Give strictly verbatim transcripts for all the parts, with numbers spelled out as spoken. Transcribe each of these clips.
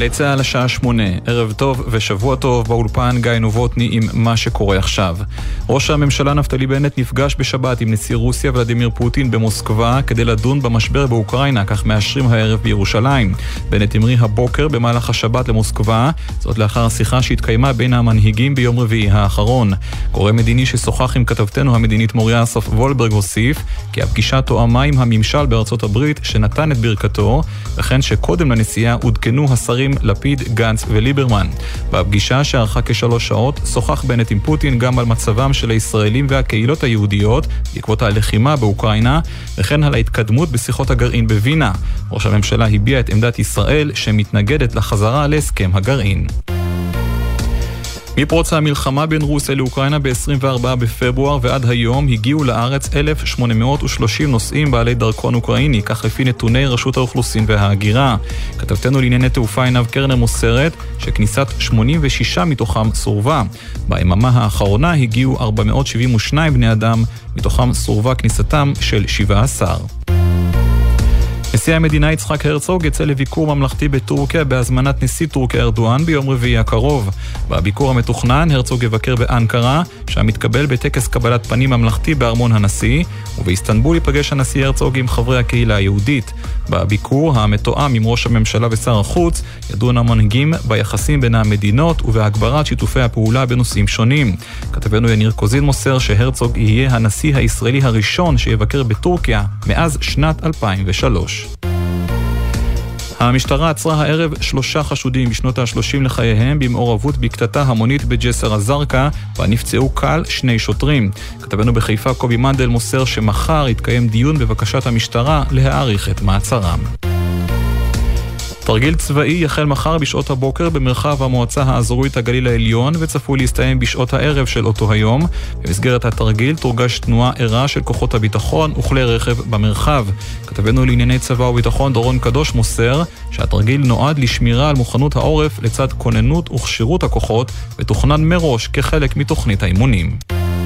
גלי צהל השעה שמונה, ערב טוב ושבוע טוב, באולפן גיא נובוטני עם מה שקורה עכשיו. ראש הממשלה נפתלי בנט נפגש בשבת עם נשיא רוסיה ולדימיר פוטין במוסקבה כדי לדון במשבר באוקראינה, כך מאשרים הערב בירושלים. בנט המריא הבוקר במהלך השבת למוסקבה, זאת לאחר השיחה שהתקיימה בין המנהיגים ביום רביעי האחרון. קורא מדיני ששוחח עם כתבתנו המדינית מוריה אסף וולברג הוסיף כי הפגישה תואמה עם הממשל בארצות הברית שנתן את ברכתו, וכן שקודם לנסיעה עודכנו השרים לפיד, גנץ וליברמן. בפגישה שערכה כשלוש שעות שוחח בנט עם פוטין גם על מצבם של הישראלים והקהילות היהודיות בעקבות הלחימה באוקראינה, וכן על ההתקדמות בשיחות הגרעין בווינה. ראש הממשלה הביע את עמדת ישראל שמתנגדת לחזרה להסכם הגרעין. מפרוץ המלחמה בין רוסיה לאוקראינה ב-עשרים וארבעה בפברואר ועד היום הגיעו לארץ אלף שמונה מאות ושלושים נוסעים בעלי דרכון אוקראיני, כך לפי נתוני רשות האוכלוסין וההגירה. כתבתנו לענייני תעופה עינב קרנר מוסרת שכניסת שמונים ושישה מתוכם סורבה. ביממה האחרונה הגיעו ארבע מאות שבעים ושניים בני אדם, מתוכם סורבה כניסתם של שבעה עשר. נשיא המדינה יצחק הרצוג יצא לביקור ממלכתי בטורקיה בהזמנת נשיא טורקיה ארדואן ביום רביעי הקרוב. בביקור המתוכנן הרצוג יבקר באנקרה, שם מתקבל בטקס קבלת פנים ממלכתי בארמון הנשיא, ובאיסטנבול ייפגש הנשיא הרצוג עם חברי הקהילה היהודית. בביקור המתואם עם ראש הממשלה ושר החוץ ידון המנהיגים ביחסים בין המדינות ובהגברת שיתופי הפעולה בנושאים שונים. כתבנו יניר קוזין מוסר שהרצוג יהיה הנשיא הישראלי הראשון שיבקר בטורקיה מאז שנת אלפיים ושלוש. המשטרה עצרה הערב שלושה חשודים בשנות ה-שלושים לחייהם במעורבות בקטטה המונית בג'סר א-זרקא, בה נפצעו קל שני שוטרים. כתבנו בחיפה קובי מנדל מוסר שמחר יתקיים דיון בבקשת המשטרה להאריך את מעצרם. תרגיל צבאי יחל מחר בשעות הבוקר במרחב המועצה האזורית הגליל העליון וצפוי להסתיים בשעות הערב של אותו היום. במסגרת התרגיל תורגש תנועה ערה של כוחות הביטחון וכלי רכב במרחב. כתבנו לענייני צבא וביטחון דורון קדוש מוסר שהתרגיל נועד לשמירה על מוכנות העורף לצד כוננות וכשירות הכוחות ותוכנן מראש כחלק מתוכנית האימונים.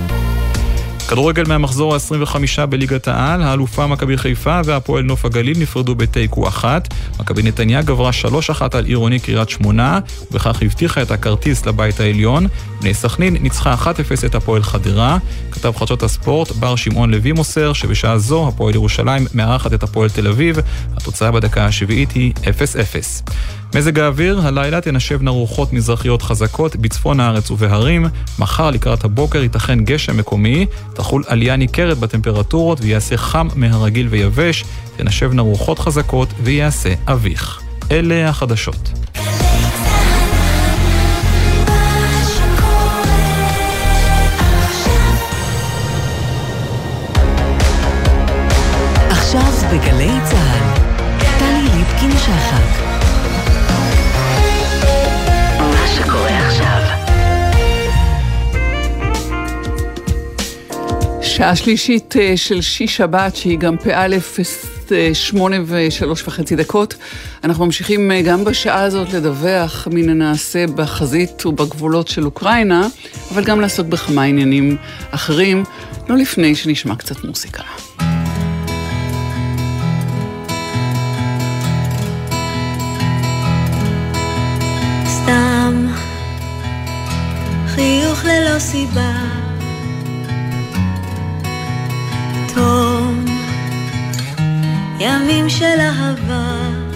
כדורגל מהמחזור ה-עשרים וחמש בליגת העל, האלופה מכבי חיפה והפועל נוף הגליל נפרדו בתיקו אחת. מכבי נתניה גברה שלוש אחת על עירוני קריית שמונה, ובכך הבטיחה את הכרטיס לבית העליון. בני סכנין ניצחה אחת אפס את הפועל חדרה. כתב חדשות הספורט בר שמעון לוי מוסר שבשעה זו הפועל ירושלים מארחת את הפועל תל אביב. התוצאה בדקה השביעית היא אפס אפס. מזג האוויר, הלילה תנשבנה רוחות מזרחיות חזקות בצפון הארץ ובהרים. מחר לקראת הבוקר ייתכן גשם מקומי, תחול עלייה ניכרת בטמפרטורות ויעשה חם מהרגיל ויבש, תנשבנה רוחות חזקות ויעשה אביך. אלה החדשות. עכשיו בגלי צהל, טלי ליפקין שחק. שעה שלישית של שיש שבת שהיא גם פאלף שמונה ושלוש וחצי דקות. אנחנו ממשיכים גם בשעה הזאת לדווח מן הנעשה בחזית ובגבולות של אוקראינה, אבל גם לעסוק בכמה עניינים אחרים, לא לפני שנשמע קצת מוסיקה. סתם חיוך ללא סיבה, תום ימים של אהבה,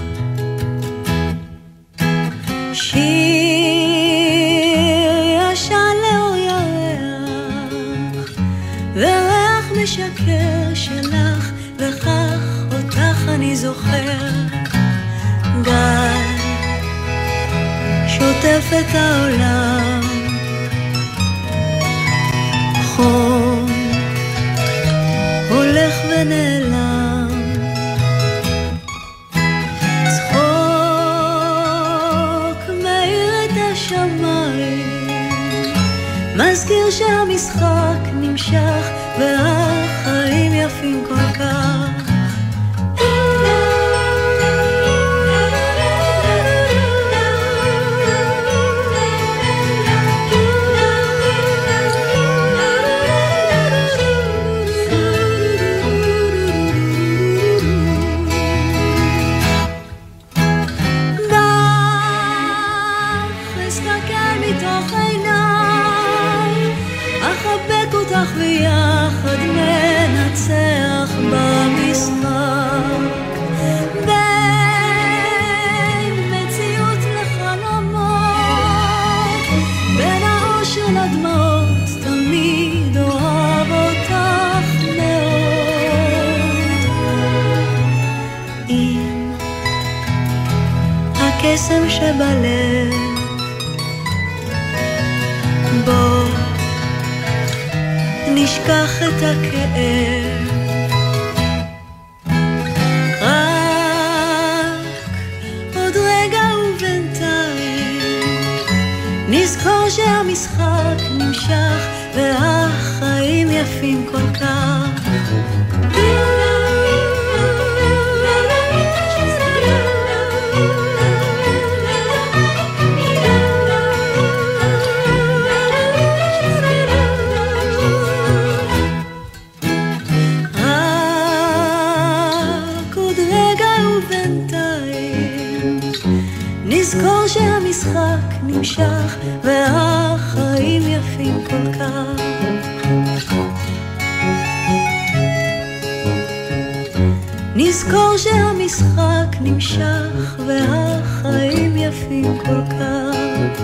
שיר ישן לאור ירח וריח משקר שלך, וכך אותך אני זוכר. גל שוטף את העולם, חום הולך ונעלם, צחוק מאיר את השמיים, מזכיר שהמשחק נמשך והחיים יפים כל כך. נשכח ויחד ננצח במשחק בין מציאות לחלומות בין האושר לדמעות תמיד אוהב אותך מאוד עם הקסם שבלב בוא נשכח את הכאב רק עוד רגע ובינתיים נזכור שהמשחק נמשך והחיים יפים כל כך נזכור שהמשחק נמשך והחיים יפים כל כך נזכור שהמשחק נמשך והחיים יפים כל כך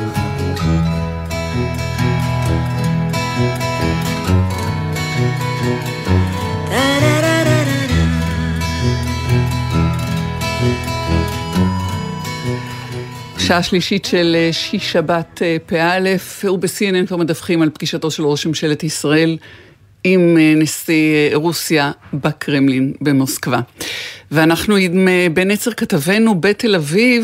שעה שלישית של שיש שבת פאלף, ובסי אן אן כבר מדווחים על פגישתו של ראש ממשלת ישראל עם נשיא רוסיה בקרמלין במוסקבה. ואנחנו עם בן עצר כתבנו בתל אביב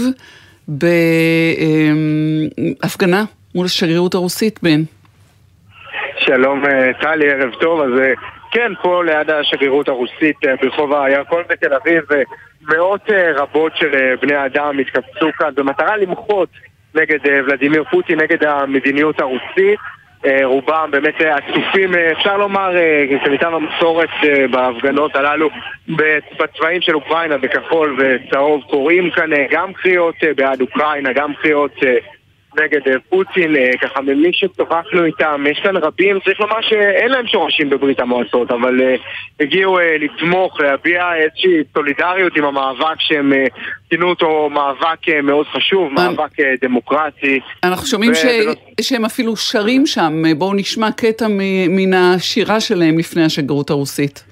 בהפגנה מול השגרירות הרוסית. בן. שלום טלי, ערב טוב. אז כן, פה ליד השגרירות הרוסית ברחוב הירקון בתל אביב, מאות רבות של בני אדם התקבצו כאן במטרה למחות נגד ולדימיר פוטין, נגד המדיניות הרוסית. רובם באמת עצופים, אפשר לומר, כמיטב המסורת בהפגנות הללו בצבעים של אוקראינה, בכחול וצהוב. קוראים כאן גם קריאות בעד אוקראינה, גם קריאות נגד פוטין. ככה ממי שתוכחנו איתם, יש כאן רבים, צריך לומר שאין להם שורשים בברית המועצות, אבל הגיעו לתמוך, להביע איזושהי סולידריות עם המאבק שהם כינו אותו מאבק מאוד חשוב, מאבק דמוקרטי. אנחנו שומעים שהם אפילו שרים שם. בואו נשמע קטע מן השירה שלהם לפני השגרירות הרוסית.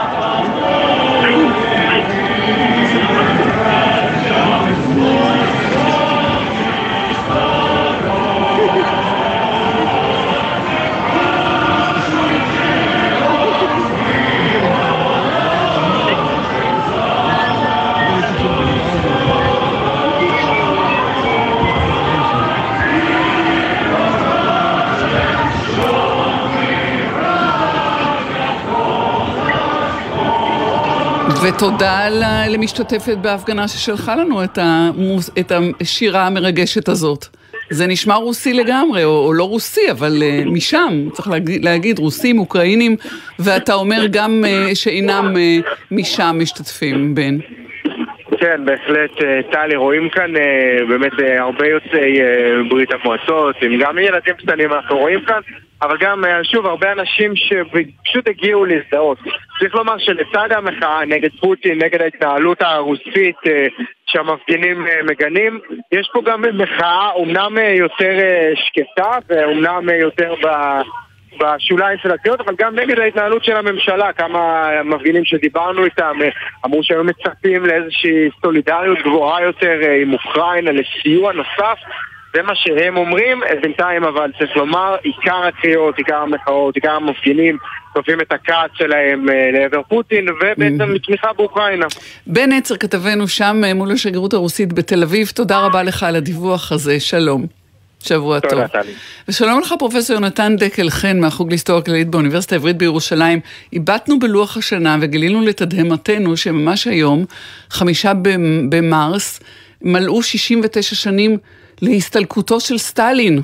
ותודה למשתתפת בהפגנה ששלחה לנו את, המוס, את השירה המרגשת הזאת. זה נשמע רוסי לגמרי, או, או לא רוסי, אבל uh, משם, צריך להגיד, להגיד, רוסים, אוקראינים, ואתה אומר גם uh, שאינם uh, משם משתתפים, בן. כן, בהחלט, טלי, רואים כאן באמת הרבה יוצאי ברית המועצות, גם ילדים קטנים אנחנו רואים כאן, אבל גם, שוב, הרבה אנשים שפשוט הגיעו להזדהות. צריך לומר שלצד המחאה נגד פוטין, נגד ההתנהלות הרוסית שהמפגינים מגנים, יש פה גם מחאה אומנם יותר שקטה ואומנם יותר ב... בשוליים של הקריאות, אבל גם נגד ההתנהלות של הממשלה. כמה מפגינים שדיברנו איתם אמרו שהיו מצפים לאיזושהי סולידריות גבוהה יותר עם אוקראינה, לסיוע נוסף. זה מה שהם אומרים. בינתיים אבל צריך לומר, עיקר הקריאות, עיקר המחאות, עיקר המפגינים תופעים את הכעס שלהם לעבר פוטין, ובעצם מתמיכה באוקראינה. בן עצר כתבנו שם מול השגרירות הרוסית בתל אביב. תודה רבה לך על הדיווח הזה. שלום. שבוע טוב. ושלום לך פרופסור יונתן דקל חן מהחוג להיסטוריה כללית באוניברסיטה העברית בירושלים. איבדנו בלוח השנה וגילינו לתדהמתנו שממש היום, חמישה במרס, מלאו שישים ותשע שנים להסתלקותו של סטלין.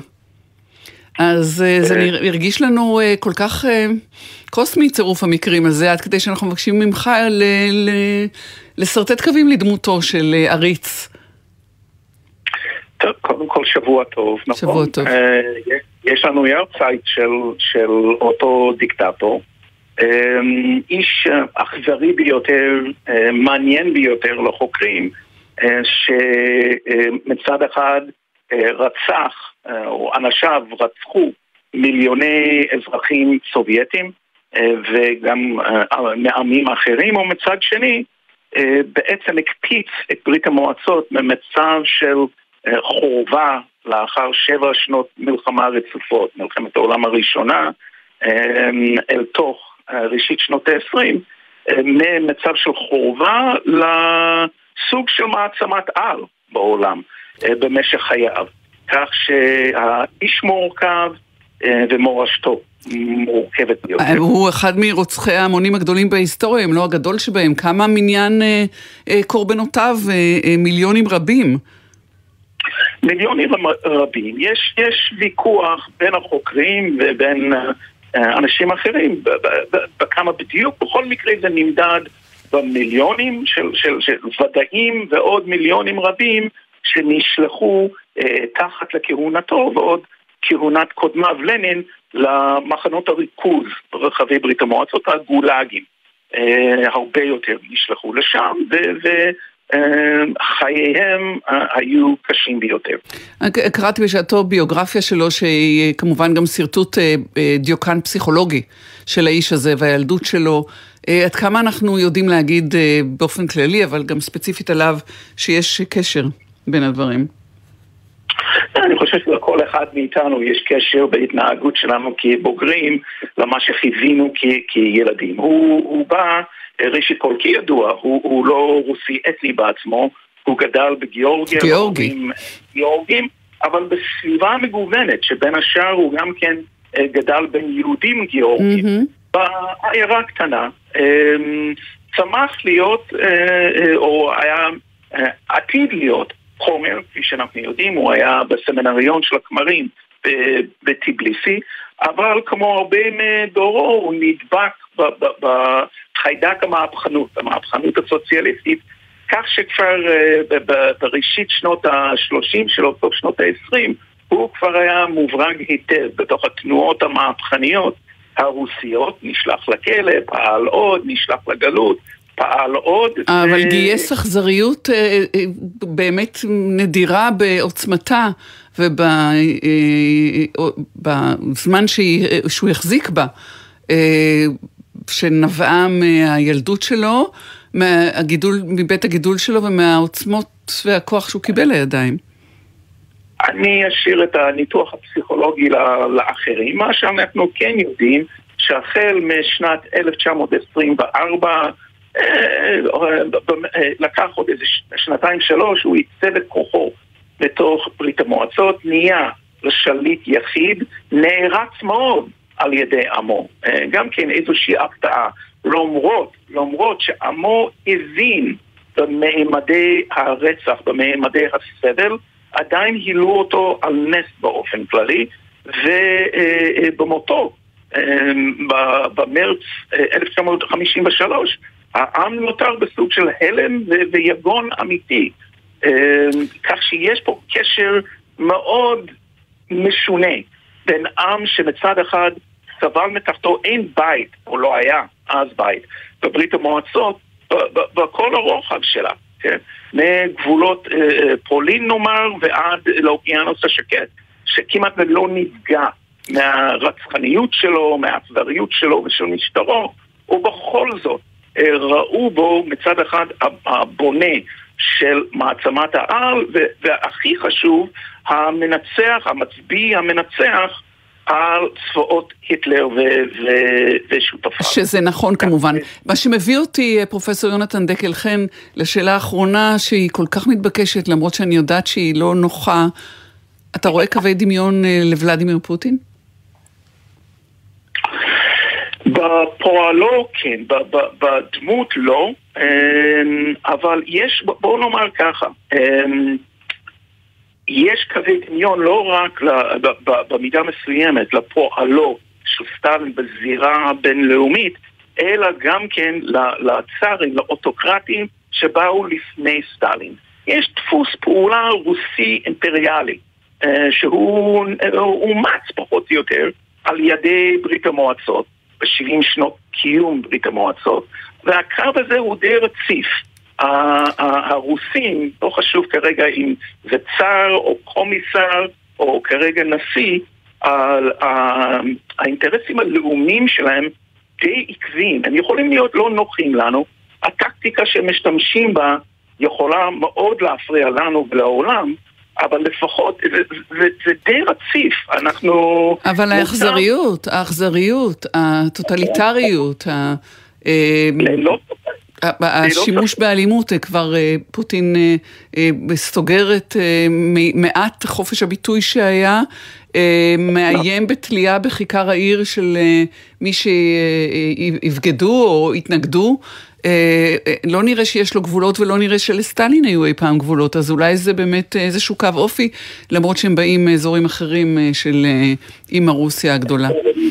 אז זה הרגיש לנו כל כך קוסמי צירוף המקרים הזה, עד כדי שאנחנו מבקשים ממך לסרטט קווים לדמותו של עריץ. טוב, קודם כל שבוע טוב, נכון? שבוע טוב. יש לנו יארצייט של, של אותו דיקטטור, איש אכזרי ביותר, מעניין ביותר לחוקרים, שמצד אחד רצח, או אנשיו רצחו מיליוני אזרחים סובייטים, וגם מעמים אחרים, ומצד שני, בעצם הקפיץ את ברית המועצות ממצב של חורבה לאחר שבע שנות מלחמה רצופות, מלחמת העולם הראשונה, אל תוך ראשית שנות ה-עשרים, ממצב של חורבה לסוג של מעצמת על בעולם במשך חייו. כך שהאיש מורכב ומורשתו מורכבת ביותר. הוא אחד מרוצחי ההמונים הגדולים בהיסטוריה, אם לא הגדול שבהם. כמה מניין קורבנותיו? מיליונים רבים. מיליונים רבים. יש, יש ויכוח בין החוקרים ובין אנשים אחרים, בכמה בדיוק. בכל מקרה זה נמדד במיליונים של, של, של ודאים ועוד מיליונים רבים שנשלחו אה, תחת לכהונתו ועוד כהונת קודמיו לנין למחנות הריכוז ברחבי ברית המועצות, הגולאגים. אה, הרבה יותר נשלחו לשם וחייהם אה, אה, היו קשים ביותר. קראתי בשעתו ביוגרפיה שלו שהיא כמובן גם סרטוט אה, דיוקן פסיכולוגי של האיש הזה והילדות שלו. אה, עד כמה אנחנו יודעים להגיד אה, באופן כללי אבל גם ספציפית עליו שיש קשר בין הדברים? אני חושב שלכל אחד מאיתנו יש קשר בהתנהגות שלנו כבוגרים למה שחווינו כילדים. הוא, הוא בא, ראשית כל כידוע, הוא, הוא לא רוסי אתני בעצמו, הוא גדל בגיאורגיה, גיאורגי. גיאורגים, אבל בסביבה מגוונת, שבין השאר הוא גם כן גדל בין יהודים גיאורגים. Mm-hmm. בעיירה קטנה, צמח להיות, או היה עתיד להיות, חומר, כפי שאנחנו יודעים, הוא היה בסמינריון של הכמרים בטיבליסי, אבל כמו הרבה מדורו, הוא נדבק בחיידק המהפכנות, המהפכנות הסוציאליסטית, כך שכבר בראשית שנות ה-שלושים שלו, סוף שנות ה-עשרים, הוא כבר היה מוברג היטב בתוך התנועות המהפכניות הרוסיות, נשלח לכלא, פעל עוד, נשלח לגלות, פעל עוד. אבל גייס אכזריות באמת נדירה בעוצמתה ובזמן שהוא החזיק בה, שנבעה מהילדות שלו, מהגידול, מבית הגידול שלו ומהעוצמות והכוח שהוא קיבל לידיים. אני אשאיר את הניתוח הפסיכולוגי לאחרים. מה שאנחנו כן יודעים, שהחל משנת אלף תשע מאות עשרים וארבע, לקח עוד איזה שנתיים שלוש, הוא ייצב את כוחו בתוך ברית המועצות, נהיה לשליט יחיד, נערץ מאוד על ידי עמו. גם כן איזושהי הפתעה, למרות, למרות שעמו הבין במעמדי הרצח, במעמדי הסבל, עדיין הילו אותו על נס באופן כללי, ובמותו, במרץ אלף תשע מאות חמישים ושלוש, העם נותר בסוג של הלם ויגון אמיתי. כך שיש פה קשר מאוד משונה בין עם שמצד אחד סבל מתחתו, אין בית, או לא היה אז בית, בברית המועצות, בכל הרוחב שלה, כן? מגבולות פולין נאמר ועד לאוקיינוס השקט, שכמעט לא נפגע מהרצחניות שלו, מהאכזריות שלו ושל משטרו, ובכל זאת ראו בו מצד אחד הבונה של מעצמת העל, והכי חשוב, המנצח, המצביא המנצח על צבאות היטלר ושותפיו. שזה נכון כמובן. מה שמביא אותי, פרופסור יונתן דקל חן, לשאלה האחרונה שהיא כל כך מתבקשת, למרות שאני יודעת שהיא לא נוחה. אתה רואה קווי דמיון לוולדימיר פוטין? בפועלו כן, בדמות לא, אבל יש, בואו נאמר ככה, יש קווי דמיון לא רק במידה מסוימת לפועלו של סטלין בזירה הבינלאומית, אלא גם כן לצארים, לאוטוקרטים שבאו לפני סטלין. יש דפוס פעולה רוסי אימפריאלי שהוא אומץ פחות או יותר על ידי ברית המועצות, ב-שבעים שנות קיום ברית המועצות, והקרב הזה הוא די רציף. הרוסים, לא חשוב כרגע אם זה צאר או קומיסר או כרגע נשיא, האינטרסים הלאומיים שלהם די עקביים, הם יכולים להיות לא נוחים לנו, הטקטיקה שמשתמשים בה יכולה מאוד להפריע לנו ולעולם, אבל לפחות זה, זה, זה די רציף, אנחנו... אבל האכזריות, האכזריות, הטוטליטריות, ה... לא... השימוש באלימות, כבר פוטין סוגר את מעט חופש הביטוי שהיה, מאיים בתלייה בכיכר העיר של מי שיבגדו או התנגדו, לא נראה שיש לו גבולות ולא נראה שלסטלין היו אי פעם גבולות, אז אולי זה באמת איזשהו קו אופי, למרות שהם באים מאזורים אחרים של אמא רוסיה הגדולה.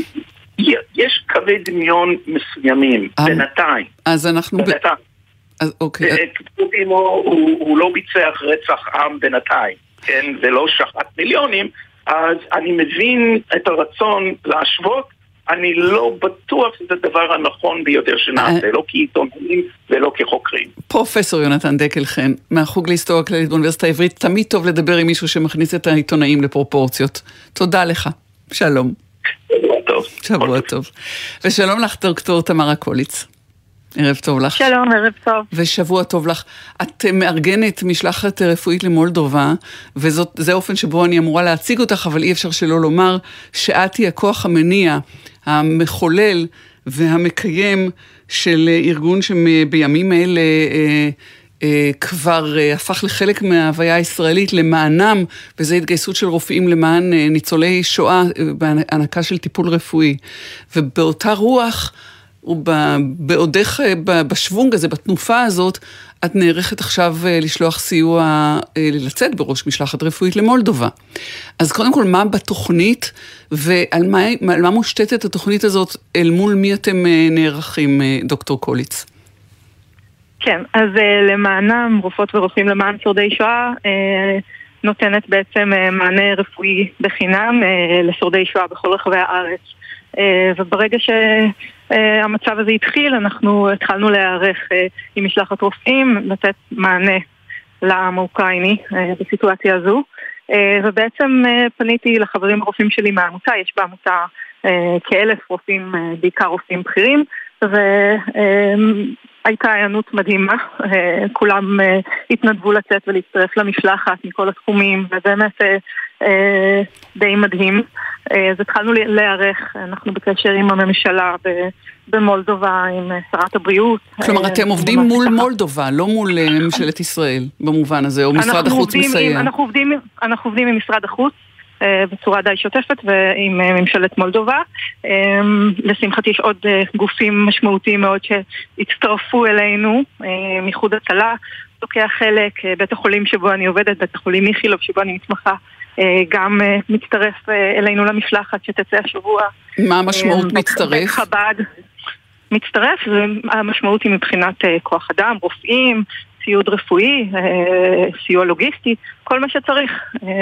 יש קווי דמיון מסוימים, בינתיים. אז אנחנו... בינתיים. אז אוקיי. פוטין הוא לא ביצע רצח עם בינתיים, כן? ולא שחט מיליונים, אז אני מבין את הרצון להשוות, אני לא בטוח שזה הדבר הנכון ביותר שנעשה, לא כעיתונאים ולא כחוקרים. פרופסור יונתן דקל-חן, מהחוג להיסטוריה כללית באוניברסיטה העברית, תמיד טוב לדבר עם מישהו שמכניס את העיתונאים לפרופורציות. תודה לך. שלום. שבוע טוב. שבוע טוב. ושלום לך, דוקטור תמרה קוליץ. ערב טוב לך. שלום, ערב טוב. ושבוע טוב לך. את מארגנת משלחת רפואית למולדובה, וזה האופן שבו אני אמורה להציג אותך, אבל אי אפשר שלא לומר שאת היא הכוח המניע, המחולל והמקיים של ארגון שבימים האלה אה, אה, כבר אה, הפך לחלק מההוויה הישראלית למענם, וזה התגייסות של רופאים למען אה, ניצולי שואה אה, בהענקה של טיפול רפואי. ובאותה רוח, ובעודך בשוונג הזה, בתנופה הזאת, את נערכת עכשיו לשלוח סיוע, לצאת בראש משלחת רפואית למולדובה. אז קודם כל, מה בתוכנית, ועל מה, על מה מושתתת התוכנית הזאת, אל מול מי אתם נערכים, דוקטור קוליץ? כן, אז למענם, רופאות ורופאים למען שורדי שואה, נותנת בעצם מענה רפואי בחינם לשורדי שואה בכל רחבי הארץ. וברגע שהמצב הזה התחיל, אנחנו התחלנו להיערך עם משלחת רופאים, לתת מענה לעם האוקראיני בסיטואציה הזו, ובעצם פניתי לחברים הרופאים שלי מהעמותה, יש בעמותה כאלף רופאים, בעיקר רופאים בכירים, והייתה העיינות מדהימה, כולם התנדבו לצאת ולהצטרף למשלחת מכל התחומים, ובאמת די מדהים. אז התחלנו להיערך, אנחנו בקשר עם הממשלה במולדובה, עם שרת הבריאות. כלומר, אתם עובדים מול מולדובה, לא מול ממשלת ישראל, במובן הזה, או משרד החוץ מסייע. אנחנו עובדים עם משרד החוץ, בצורה די שוטפת, ועם ממשלת מולדובה. לשמחתי יש עוד גופים משמעותיים מאוד שהצטרפו אלינו, מחוד הצלה, לוקח חלק, בית החולים שבו אני עובדת, בית החולים איכילוב שבו אני מתמחה, גם מצטרף אלינו למשלחת שתצא השבוע. מה המשמעות מצטרף? חב"ד. מצטרף, המשמעות היא מבחינת כוח אדם, רופאים, ציוד רפואי, סיוע לוגיסטי, כל מה שצריך.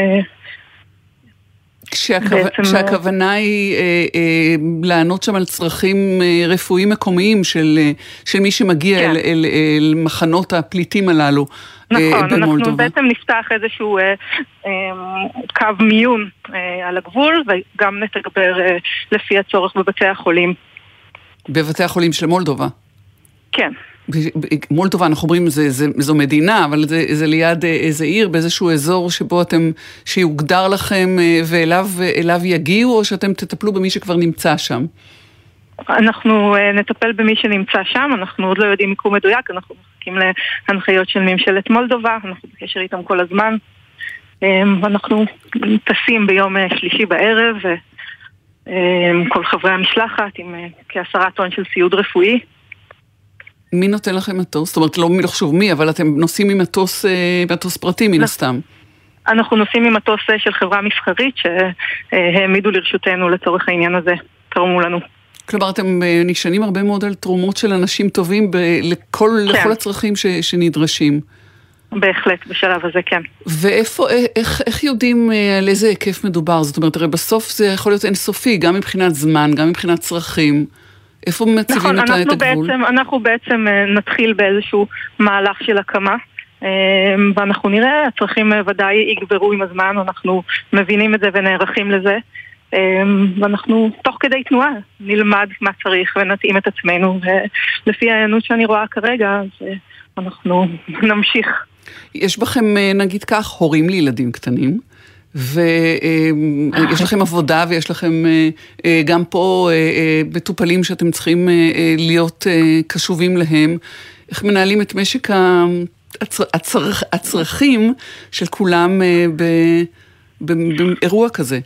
כשהכוונה היא לענות שם על צרכים רפואיים מקומיים של מי שמגיע אל מחנות הפליטים הללו. נכון, אנחנו בעצם נפתח איזשהו קו מיון על הגבול, וגם נתגבר לפי הצורך בבתי החולים. בבתי החולים של מולדובה? כן. מולדובה, אנחנו אומרים, זה, זה, זו מדינה, אבל זה, זה ליד איזה עיר, באיזשהו אזור שבו אתם, שיוגדר לכם ואליו, אליו יגיעו, או שאתם תטפלו במי שכבר נמצא שם? אנחנו נטפל במי שנמצא שם, אנחנו עוד לא יודעים מיקום מדויק, אנחנו מחכים להנחיות של ממשלת מולדובה, אנחנו בקשר איתם כל הזמן, אנחנו טסים ביום שלישי בערב, כל חברי המשלחת עם כעשרה טון של ציוד רפואי. מי נותן לכם מטוס? זאת אומרת, לא מי לחשוב מי, אבל אתם נוסעים עם מטוס, מטוס פרטי מן הסתם. אנחנו נוסעים עם מטוס של חברה מסחרית שהעמידו לרשותנו לצורך העניין הזה, תרמו לנו. כלומר, אתם נשענים הרבה מאוד על תרומות של אנשים טובים ב- לכל, כן. לכל הצרכים ש- שנדרשים. בהחלט, בשלב הזה כן. ואיפה, איך, איך יודעים על איזה היקף מדובר? זאת אומרת, הרי בסוף זה יכול להיות אינסופי, גם מבחינת זמן, גם מבחינת צרכים. איפה מציבים נכון, את, את הגבול? בעצם, אנחנו בעצם נתחיל באיזשהו מהלך של הקמה, ואנחנו נראה, הצרכים ודאי יגברו עם הזמן, אנחנו מבינים את זה ונערכים לזה, ואנחנו תוך כדי תנועה נלמד מה צריך ונתאים את עצמנו, ולפי העיינות שאני רואה כרגע, אז אנחנו נמשיך. יש בכם, נגיד כך, הורים לילדים קטנים, ויש לכם עבודה ויש לכם גם פה מטופלים שאתם צריכים להיות קשובים להם. איך מנהלים את משק הצרכים של כולם באירוע כזה?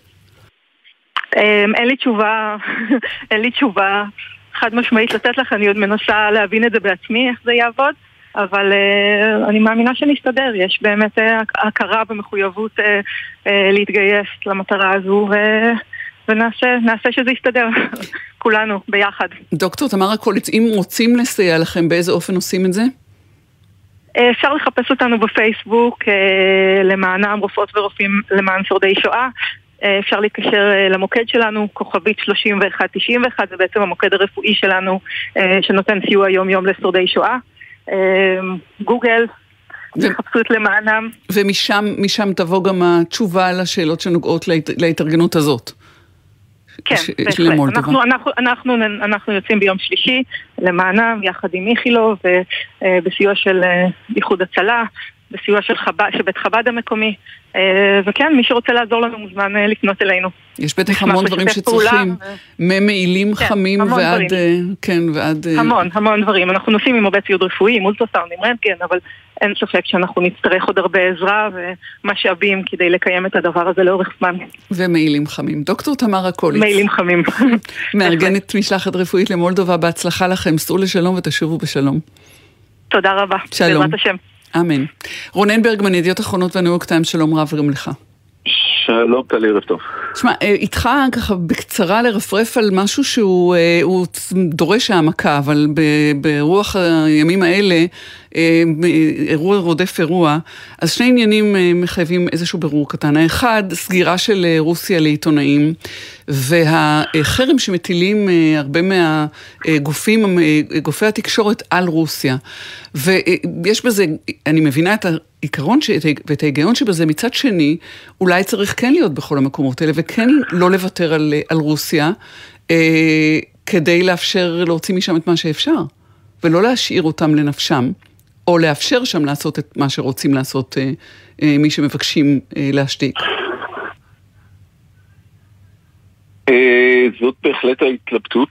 אין לי תשובה, אין לי תשובה חד משמעית לתת לך, אני עוד מנסה להבין את זה בעצמי, איך זה יעבוד. אבל uh, אני מאמינה שנסתדר, יש באמת uh, הכרה ומחויבות uh, uh, להתגייס למטרה הזו, ו... ונעשה נעשה שזה יסתדר, כולנו ביחד. דוקטור תמרה קוליץ, אם רוצים לסייע לכם, באיזה אופן עושים את זה? אפשר לחפש אותנו בפייסבוק, uh, למענם רופאות ורופאים למען שורדי שואה, uh, אפשר להתקשר uh, למוקד שלנו, כוכבית שלושים ואחת תשעים ואחת, זה בעצם המוקד הרפואי שלנו, uh, שנותן סיוע יום יום לשורדי שואה. גוגל, חפשו את למענם. ומשם משם תבוא גם התשובה לשאלות שנוגעות להתארגנות הזאת. כן, בהחלט. אנחנו, אנחנו, אנחנו, אנחנו יוצאים ביום שלישי למענם, יחד עם איכילוב, ובסיוע של איחוד הצלה, בסיוע של, חב"ד, של בית חב"ד המקומי, וכן, מי שרוצה לעזור לנו מוזמן לפנות אלינו. יש בטח המון דברים שצריכים, ממעילים חמים ועד, כן, ועד... המון, המון דברים. אנחנו נוסעים עם הרבה ציוד רפואי, עם אולטרסאונד, עם רנטגן, אבל אין ספק שאנחנו נצטרך עוד הרבה עזרה ומשאבים כדי לקיים את הדבר הזה לאורך זמן. ומעילים חמים. דוקטור תמרה קוליץ. מעילים חמים. מארגנת משלחת רפואית למולדובה, בהצלחה לכם, סעו לשלום ותשובו בשלום. תודה רבה. שלום. בעזרת השם. אמן. רונן ברגמן, ידיעות אחרונות והניו יורק טיימס, שלום רב גם לך. שלום, תלי, ערב טוב. תשמע, איתך ככה בקצרה לרפרף על משהו שהוא הוא דורש העמקה, אבל ברוח הימים האלה, אירוע רודף אירוע, אז שני עניינים מחייבים איזשהו ברור קטן. האחד, סגירה של רוסיה לעיתונאים, והחרם שמטילים הרבה מהגופים, גופי התקשורת על רוסיה. ויש בזה, אני מבינה את העיקרון ואת ההיגיון שבזה, מצד שני, אולי צריך כן להיות בכל המקומות האלה, וכן לא לוותר על, על רוסיה, כדי לאפשר להוציא משם את מה שאפשר, ולא להשאיר אותם לנפשם, או לאפשר שם לעשות את מה שרוצים לעשות מי שמבקשים להשתיק. זאת בהחלט ההתלבטות,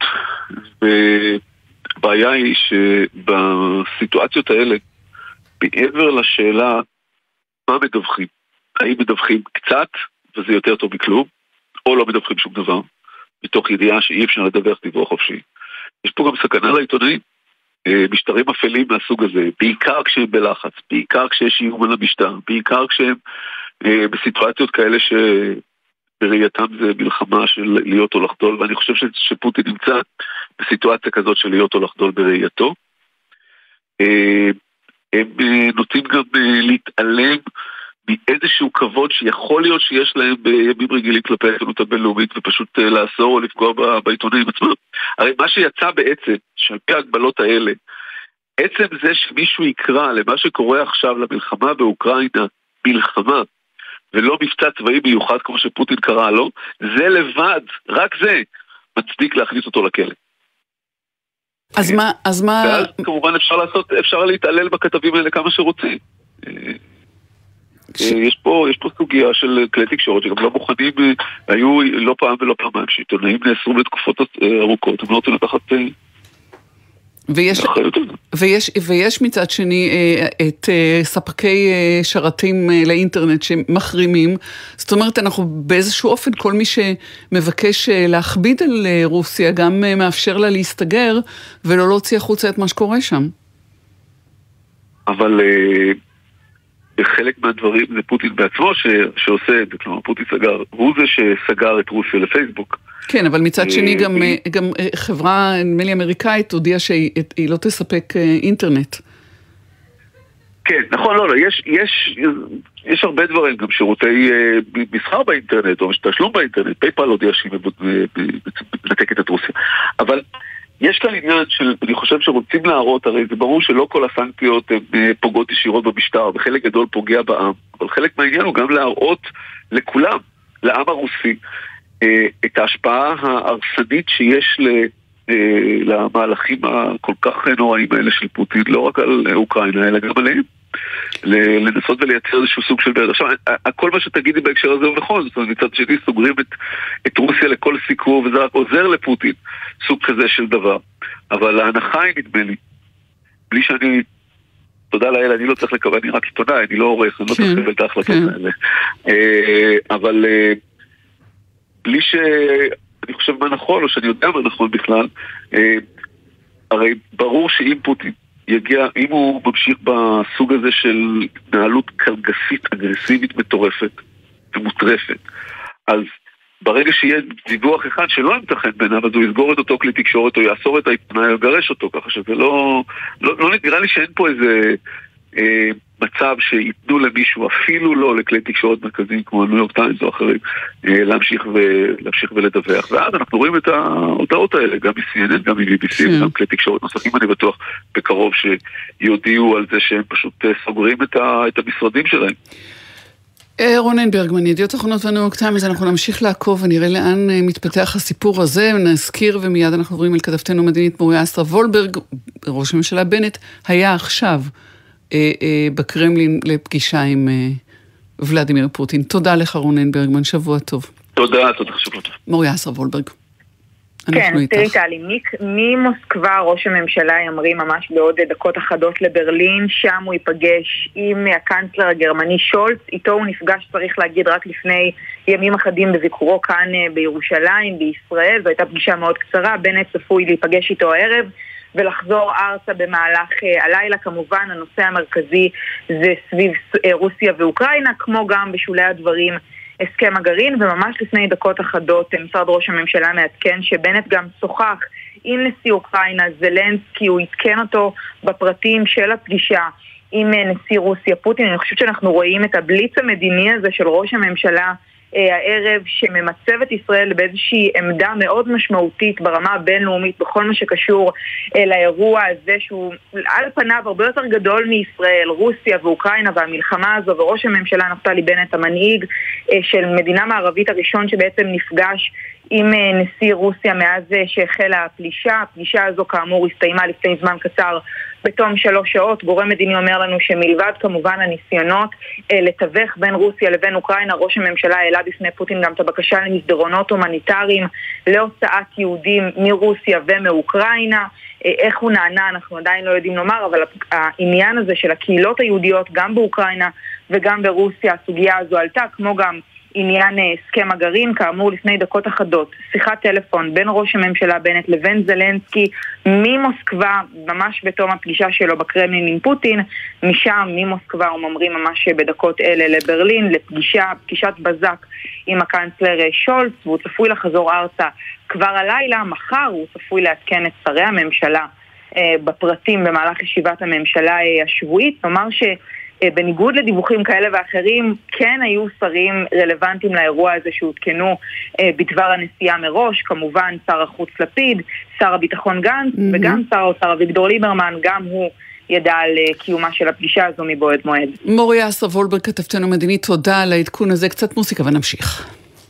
ובעיה היא שבסיטואציות האלה, בעבר לשאלה מה מדווחים, האם מדווחים קצת וזה יותר טוב מכלום, או לא מדווחים שום דבר, מתוך ידיעה שאי אפשר לדווח דיווח חופשי. יש פה גם סכנה לעיתונאים, משטרים אפלים מהסוג הזה, בעיקר כשהם בלחץ, בעיקר כשיש איום על המשטר, בעיקר כשהם בסיטואציות כאלה ש... בראייתם זה מלחמה של להיות או לחדול, ואני חושב שפוטין נמצא בסיטואציה כזאת של להיות או לחדול בראייתו. הם נוטים גם להתעלם מאיזשהו כבוד שיכול להיות שיש להם בימים רגילים כלפי העיתונות הבינלאומית, ופשוט לאסור או לפגוע בעיתונאים עצמם. הרי מה שיצא בעצם, שעל פי ההגבלות האלה, עצם זה שמישהו יקרא למה שקורה עכשיו למלחמה באוקראינה, מלחמה, ולא מבצע צבאי מיוחד כמו שפוטין קרא לו, זה לבד, רק זה, מצדיק להכניס אותו לכלא. אז מה, אז מה... ואז כמובן אפשר לעשות, אפשר להתעלל בכתבים האלה כמה שרוצים. יש פה, יש פה סוגיה של כלי תקשורת שגם לא מוכנים, היו לא פעם ולא פעמיים שעיתונאים נאסרו בתקופות ארוכות, הם לא רוצים לקחת... ויש, ויש, ויש מצד שני את ספקי שרתים לאינטרנט שמחרימים, זאת אומרת אנחנו באיזשהו אופן כל מי שמבקש להכביד על רוסיה גם מאפשר לה להסתגר ולא להוציא החוצה את מה שקורה שם. אבל בחלק מהדברים זה פוטין בעצמו ש, שעושה את זה, כלומר פוטין סגר, הוא זה שסגר את רוסיה לפייסבוק. כן, אבל מצד שני גם, גם חברה, נדמה לי אמריקאית, הודיעה שהיא לא תספק אינטרנט. כן, נכון, לא, לא, יש, יש, יש הרבה דברים, גם שירותי מסחר באינטרנט, או תשלום באינטרנט, פייפל הודיע שהיא מנתקת את רוסיה. אבל יש כאן עניין של, אני חושב שרוצים להראות, הרי זה ברור שלא כל הסנקציות הן פוגעות ישירות במשטר, וחלק גדול פוגע בעם, אבל חלק מהעניין הוא גם להראות לכולם, לעם הרוסי, את ההשפעה ההרסנית שיש למהלכים הכל כך נוראים האלה של פוטין, לא רק על אוקראינה, אלא גם עליהם. לנסות ולייצר איזשהו סוג של בעד. עכשיו, כל מה שתגידי בהקשר הזה הוא נכון, זאת אומרת, מצד שני סוגרים את, את רוסיה לכל סיקור, וזה רק עוזר לפוטין, סוג כזה של דבר. אבל ההנחה היא, נדמה לי, בלי שאני, תודה לאל, אני לא צריך לקבל, אני רק עיתונאי, אני לא עורך, אני לא צריך לקבל את ההחלטות האלה. אבל בלי שאני חושב מה נכון, או שאני יודע מה נכון בכלל, הרי ברור שאם פוטין יגיע, אם הוא ממשיך בסוג הזה של התנהלות קלגסית, אגרסיבית, מטורפת ומוטרפת, אז ברגע שיהיה דיווח אחד שלא ימתחן ביניו, אז הוא יסגור את אותו כלי תקשורת, או יאסור את העיתונאי, או יגרש אותו, ככה שזה לא, לא, לא נראה לי שאין פה איזה אה, מצב שיתנו למישהו, אפילו לא לכלי תקשורת מרכזיים, כמו הניו יורק טיימס או אחרים, אה, להמשיך, ו, להמשיך ולדווח. ואז אנחנו רואים את ההודעות האלה, גם מ-סי אן אן, גם מ-בי בי סי, וגם כלי תקשורת נוספים, אני בטוח בקרוב שיודיעו על זה שהם פשוט סוגרים את, ה, את המשרדים שלהם. רונן ברגמן, ידיעות אחרונות והניו יורק טיימס, אנחנו נמשיך לעקוב ונראה לאן מתפתח הסיפור הזה, נזכיר ומיד אנחנו עוברים אל כתבתנו מדינית מוריה אסטרה וולברג, ראש הממשלה בנט, היה עכשיו אה, אה, בקרמלין לפגישה עם אה, ולדימיר פוטין. תודה לך רונן ברגמן, שבוע טוב. תודה, תודה, שבוע טוב. מוריה אסטרה וולברג. כן, תראי טלי, ממוסקבה ראש הממשלה ימריא ממש בעוד דקות אחדות לברלין, שם הוא ייפגש עם הקנצלר הגרמני שולץ, איתו הוא נפגש, צריך להגיד, רק לפני ימים אחדים בביקורו כאן בירושלים, בישראל, זו הייתה פגישה מאוד קצרה, בנט צפוי להיפגש איתו הערב ולחזור ארצה במהלך הלילה. כמובן הנושא המרכזי זה סביב רוסיה ואוקראינה, כמו גם בשולי הדברים הסכם הגרעין, וממש לפני דקות אחדות משרד ראש הממשלה מעדכן שבנט גם שוחח עם נשיא אוקראינה זלנסקי, הוא עדכן אותו בפרטים של הפגישה עם נשיא רוסיה פוטין. אני חושבת שאנחנו רואים את הבליץ המדיני הזה של ראש הממשלה הערב, שממצב את ישראל באיזושהי עמדה מאוד משמעותית ברמה הבינלאומית בכל מה שקשור לאירוע הזה שהוא על פניו הרבה יותר גדול מישראל, רוסיה ואוקראינה והמלחמה הזו, וראש הממשלה נפתלי בנט המנהיג של מדינה מערבית הראשון שבעצם נפגש עם נשיא רוסיה מאז שהחלה הפלישה. הפלישה הזו כאמור הסתיימה לפני זמן קצר בתום שלוש שעות. גורם מדיני אומר לנו שמלבד כמובן הניסיונות לתווך בין רוסיה לבין אוקראינה, ראש הממשלה העלה בפני פוטין גם את הבקשה למסדרונות הומניטריים להוצאת יהודים מרוסיה ומאוקראינה. איך הוא נענה אנחנו עדיין לא יודעים לומר, אבל העניין הזה של הקהילות היהודיות גם באוקראינה וגם ברוסיה, הסוגיה הזו עלתה, כמו גם עניין הסכם הגרעין. כאמור לפני דקות אחדות שיחת טלפון בין ראש הממשלה בנט לבין זלנסקי ממוסקבה, ממש בתום הפגישה שלו בקרמלין עם פוטין. משם ממוסקבה הוא ממריא ממש בדקות אלה לברלין לפגישה, פגישת בזק עם הקנצלר שולץ, והוא צפוי לחזור ארצה כבר הלילה. מחר הוא צפוי לעדכן את שרי הממשלה אה, בפרטים במהלך ישיבת הממשלה אה, השבועית. נאמר ש בניגוד לדיווחים כאלה ואחרים, כן היו שרים רלוונטיים לאירוע הזה שהותקנו בדבר הנסיעה מראש, כמובן שר החוץ לפיד, שר הביטחון גנץ, mm-hmm. וגם שר האוצר אביגדור ליברמן, גם הוא ידע על קיומה של הפגישה הזו מבעוד מועד. מוריה אסטרה וולברג, כתבתנו מדינית, תודה על העדכון הזה, קצת מוסיקה ונמשיך.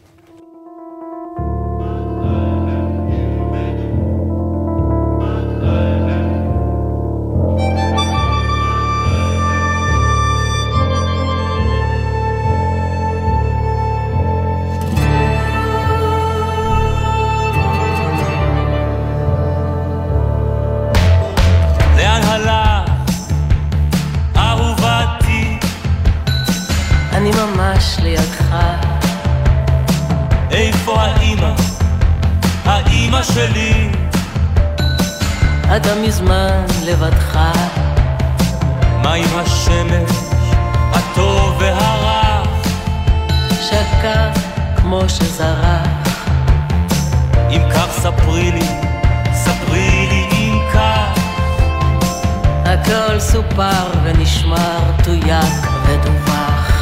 שלי אתה מזמן לבדך, מה עם השמש הטוב והרע שקע כמו שזרח, אם כך ספרי לי, ספרי לי אם כך הכל סופר ונשמר, תויק ודווח.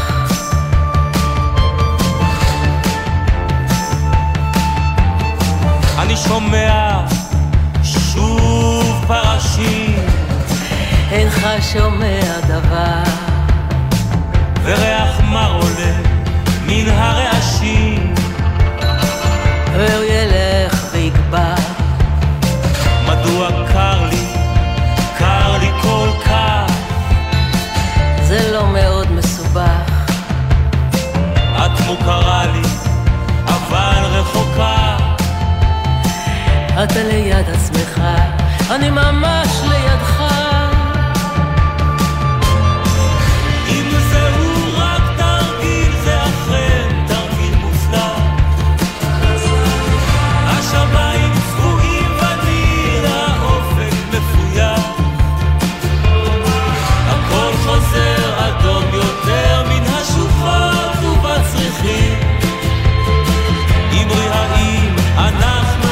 אני שומע שוב פרשים, אינך שומע דבר, וריח מר עולה מן הרעשים, והוא ילך ויגבר. מדוע קר לי, קר לי כל כך? זה לא מאוד מסובך, את מוכרה לי אבל רחוקה, אתה ליד עצמך, אני ממש לידך. אם זהו רק תרגיל זה אחר, תרגיל מופלא, השמיים צבועים וניל האופק מפויח, הכל חוזר אדום יותר מן השוחות ובצריכים, אמרי האם אנחנו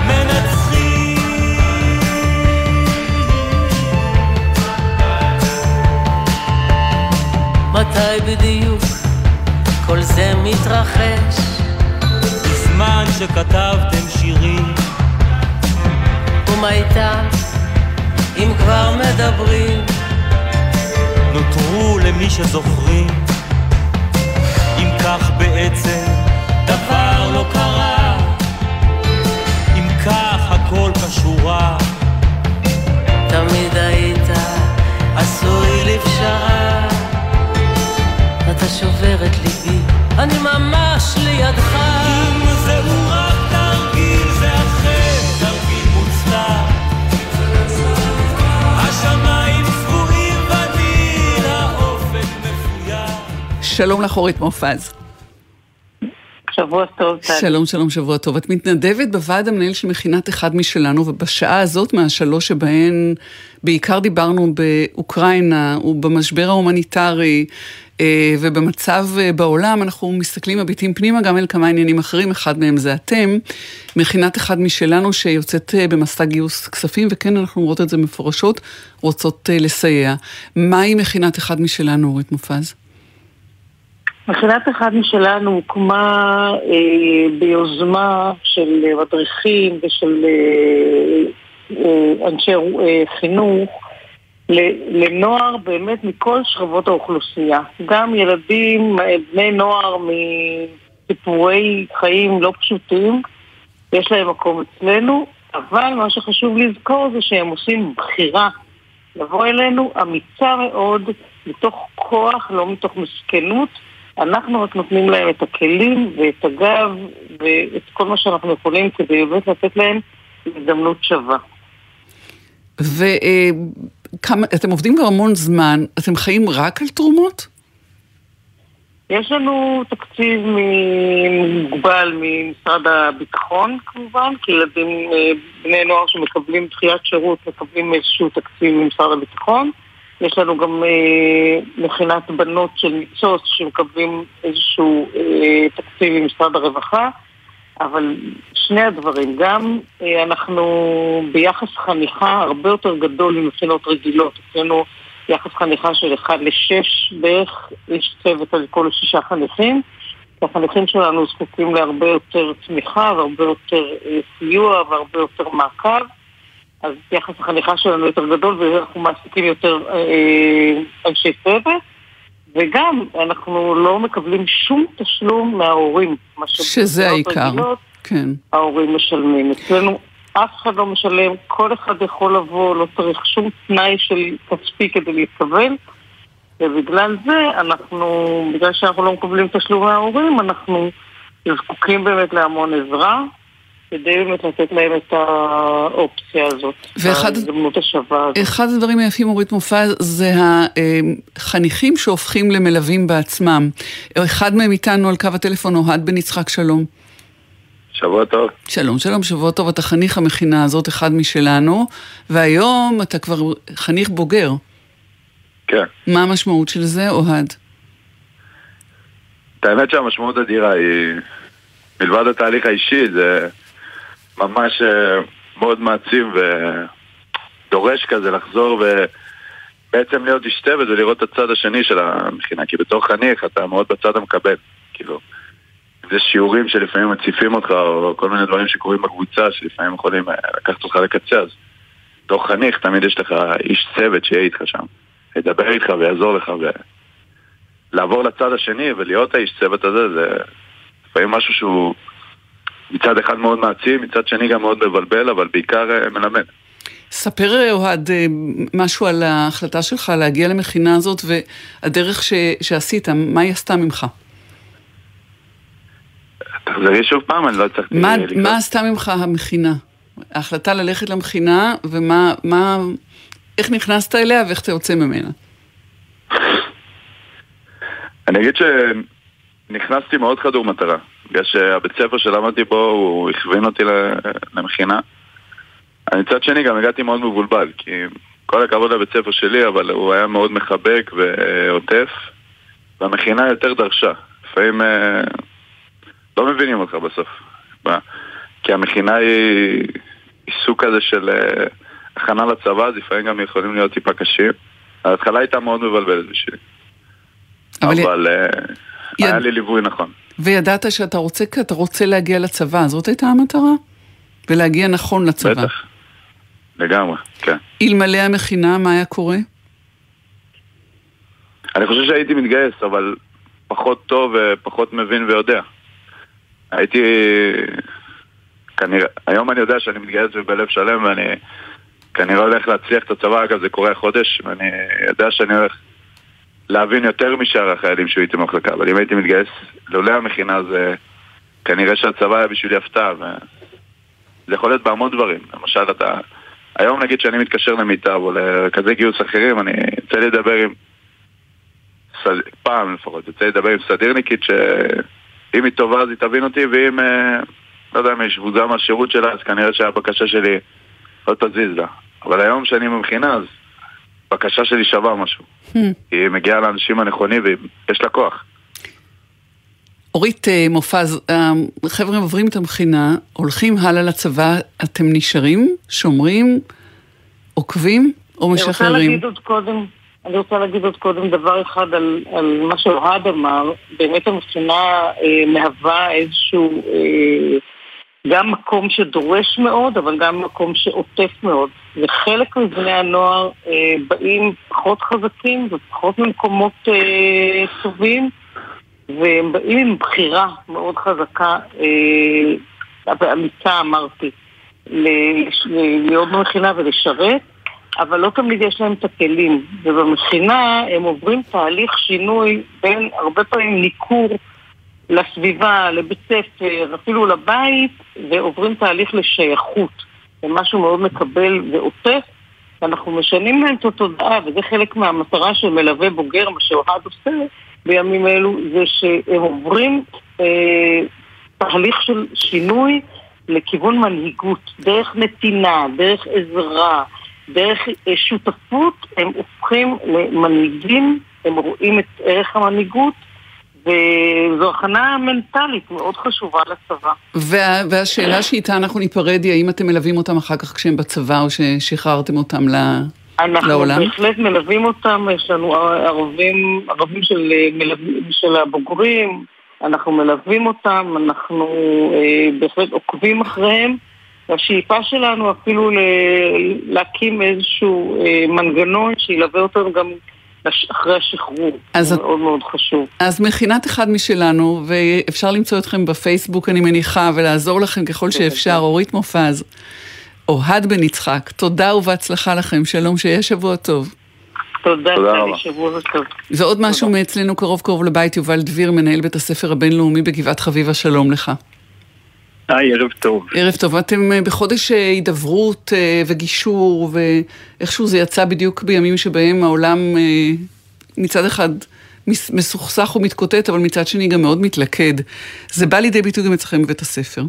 מתי בדיוק כל זה מתרחש? בזמן שכתבתם שירים, ומה איתם אם כבר מדברים? נותרו למי שזוכרים, אם כך בעצם דבר לא קרה, אם כך הכל קשורה, תמיד היית עשוי לפשרה, אתה שובר את ליבי, אני ממש לידך. אם זהו רק תרגיל זה אחר, תרגיל מוצלח, השמיים צבועים וניל האופק מפויח. שלום לך אורית מופז. שבוע טוב. שלום שלום, שבוע טוב. את מתנדבת בוועד המנהל של מכינת אחד משלנו, ובשעה הזאת מהשלוש שבהן בעיקר דיברנו באוקראינה ובמשבר ההומניטרי ובמצב בעולם, אנחנו מסתכלים מביטים פנימה גם אל כמה עניינים אחרים, אחד מהם זה אתם, מכינת אחד משלנו שיוצאת במסע גיוס כספים, וכן אנחנו רואות את זה מפורשות, רוצות לסייע. מהי מכינת אחד משלנו, אורית מופז? מכינת אחד משלנו הוקמה אה, ביוזמה של מדריכים ושל אה, אה, אנשי אה, חינוך, לנוער באמת מכל שכבות האוכלוסייה. גם ילדים, בני נוער מסיפורי חיים לא פשוטים, יש להם מקום אצלנו, אבל מה שחשוב לזכור זה שהם עושים בחירה לבוא אלינו אמיצה מאוד, מתוך כוח, לא מתוך מסכנות. אנחנו רק נותנים להם את הכלים ואת הגב ואת כל מה שאנחנו יכולים כדי באמת לתת להם הזדמנות שווה. ו... כמה, אתם עובדים כבר המון זמן, אתם חיים רק על תרומות? יש לנו תקציב מוגבל ממשרד הביטחון כמובן, כי ילדים, בני נוער שמקבלים דחיית שירות, מקבלים איזשהו תקציב ממשרד הביטחון. יש לנו גם מכינת בנות של ניצוץ שמקבלים איזשהו תקציב ממשרד הרווחה, אבל שני הדברים, גם אנחנו ביחס חניכה הרבה יותר גדול ממכינות רגילות, אצלנו יחס חניכה של אחד לשש בערך, יש צוות על כל שישה חניכים, והחניכים שלנו זקוקים להרבה יותר תמיכה והרבה יותר סיוע והרבה יותר מעקב, אז יחס החניכה שלנו יותר גדול ואנחנו מעסיקים יותר אנשי צוות, וגם אנחנו לא מקבלים שום תשלום מההורים. שזה העיקר, כן. ההורים משלמים. אצלנו אף אחד לא משלם, כל אחד יכול לבוא, לא צריך שום תנאי של כספי כדי להתקבל, ובגלל זה אנחנו, בגלל שאנחנו לא מקבלים תשלום מההורים, אנחנו זקוקים באמת להמון עזרה, כדי באמת לתת להם את האופציה הזאת, ההזדמנות השווה הזאת. אחד הדברים היפים, אורית מופז, זה החניכים שהופכים למלווים בעצמם. אחד מהם איתנו על קו הטלפון, אוהד בן יצחק, שלום. שבוע טוב. שלום, שלום, שבוע טוב. אתה חניך המכינה הזאת, אחד משלנו, והיום אתה כבר חניך בוגר. כן. מה המשמעות של זה, אוהד? את האמת שהמשמעות אדירה היא, מלבד התהליך האישי, זה ממש מאוד מעציב ודורש כזה לחזור בעצם להיות איש צוות ולראות את הצד השני של המכינה, כי בתור חניך אתה מאוד בצד המקבל, כאילו. זה שיעורים שלפעמים מציפים אותך, או כל מיני דברים שקורים בקבוצה, שלפעמים יכולים לקחת אותך לקצה, אז בתור חניך תמיד יש לך איש צוות שיהיה איתך שם, לדבר איתך ויעזור לך, ולעבור לצד השני ולהיות האיש צוות הזה, זה לפעמים משהו שהוא מצד אחד מאוד מעצים, מצד שני גם מאוד מבלבל, אבל בעיקר מלמד. ספר אוהד משהו על ההחלטה שלך להגיע למכינה הזאת והדרך ש... שעשית, מה היא עשתה ממך? תחזרי שוב פעם, אני לא הצלחתי... מה, מה עשתה ממך המכינה? ההחלטה ללכת למכינה ומה, מה, איך נכנסת אליה ואיך אתה יוצא ממנה? אני אגיד שנכנסתי מאוד חדור מטרה, בגלל שהבית ספר שלמדתי בו הוא הכווין אותי למכינה. אני צד שני גם הגעתי מאוד מבולבל, כי כל הכבוד לבית ספר שלי, אבל הוא היה מאוד מחבק ועוטף, והמכינה יותר דרשה. לפעמים לא מבינים אותך בסוף, כי המכינה היא סוג כזה של הכנה לצבא, אז לפעמים גם יכולים להיות טיפה קשים. ההתחלה הייתה מאוד מבלבלת בשבילי, אבל, אבל יד... היה לי ליווי נכון. וידעת שאתה רוצה, אתה רוצה להגיע לצבא, זאת הייתה המטרה? ולהגיע נכון לצבא. בטח, לגמרי, כן. אלמלא המכינה, מה היה קורה? אני חושב שהייתי מתגייס, אבל פחות טוב ופחות מבין ויודע. הייתי, כנראה, היום אני יודע שאני מתגייס בלב שלם, ואני כנראה הולך להצליח את הצבא, אגב זה קורה חודש, ואני יודע שאני הולך להבין יותר משאר החיילים שהוא הייתי במחלקה, אבל אם הייתי מתגייס לעולה המכינה, זה כנראה שהצבא היה בשבילי הפתעה, וזה יכול להיות בהמון דברים. למשל, אתה, היום נגיד שאני מתקשר למיטב או לכזה גיוס אחרים, אני רוצה לדבר עם, סד... פעם לפחות, רוצה לדבר עם סדירניקית, שאם היא טובה אז היא תבין אותי, ואם, לא יודע, אם יש שבוזה מהשירות שלה, אז כנראה שהבקשה שלי לא תזיז לה. אבל היום שאני במכינה, אז בקשה שלי שווה משהו. היא מגיעה לאנשים הנכונים ויש לה כוח. אורית מופז, החבר'ה עוברים את המכינה, הולכים הלאה לצבא, אתם נשארים, שומרים, עוקבים או משחררים? אני רוצה להגיד עוד קודם, אני רוצה להגיד עוד קודם דבר אחד על, על מה שאוהד אמר. באמת המכינה אה, מהווה איזשהו אה, גם מקום שדורש מאוד, אבל גם מקום שעוטף מאוד. וחלק מבני הנוער אה, באים פחות חזקים ופחות ממקומות אה, טובים, והם באים עם בחירה מאוד חזקה, אה, באמיתה אמרתי, להיות במכינה ולשרת, אבל לא תמיד יש להם את הכלים. ובמכינה הם עוברים תהליך שינוי בין הרבה פעמים ניכור לסביבה, לבית ספר, אפילו לבית, ועוברים תהליך לשייכות. זה משהו מאוד מקבל ועוטף, ואנחנו משנים להם את התודעה, וזה חלק מהמטרה של מלווה בוגר, מה שאוהד עושה בימים אלו, זה שהם עוברים אה, תהליך של שינוי לכיוון מנהיגות, דרך נתינה, דרך עזרה, דרך אה, שותפות, הם הופכים למנהיגים, הם רואים את ערך המנהיגות, וזו הכנה מנטלית מאוד חשובה לצבא. וה, והשאלה שאיתה אנחנו ניפרד היא, האם אתם מלווים אותם אחר כך כשהם בצבא, או ששחררתם אותם ל... אנחנו לעולם? אנחנו בהחלט מלווים אותם, יש לנו ערבים, ערבים של, של הבוגרים, אנחנו מלווים אותם, אנחנו אה, בהחלט עוקבים אחריהם, והשאיפה שלנו אפילו ל, להקים איזשהו אה, מנגנון שילווה אותם גם אחרי השחרור. זה מאוד מאוד חשוב. אז מכינת אחד משלנו, ואפשר למצוא אתכם בפייסבוק אני מניחה, ולעזור לכם ככל שאפשר. אורית מופז, אוהד בן יצחק, תודה ובהצלחה לכם, שלום, שיהיה שבוע טוב. תודה, תודה, שבוע טוב. ועוד משהו מאצלנו קרוב קרוב לבית, יובל דביר, מנהל בית הספר הבינלאומי בגבעת חביבה, שלום לך. היי, ערב טוב. ערב טוב, אתם בחודש הידברות וגישור, ואיכשהו זה יצא בדיוק בימים שבהם העולם מצד אחד מסוכסך ומתקוטט, אבל מצד שני גם מאוד מתלכד. זה בא לידי ביטוי גם אצלכם בבית הספר?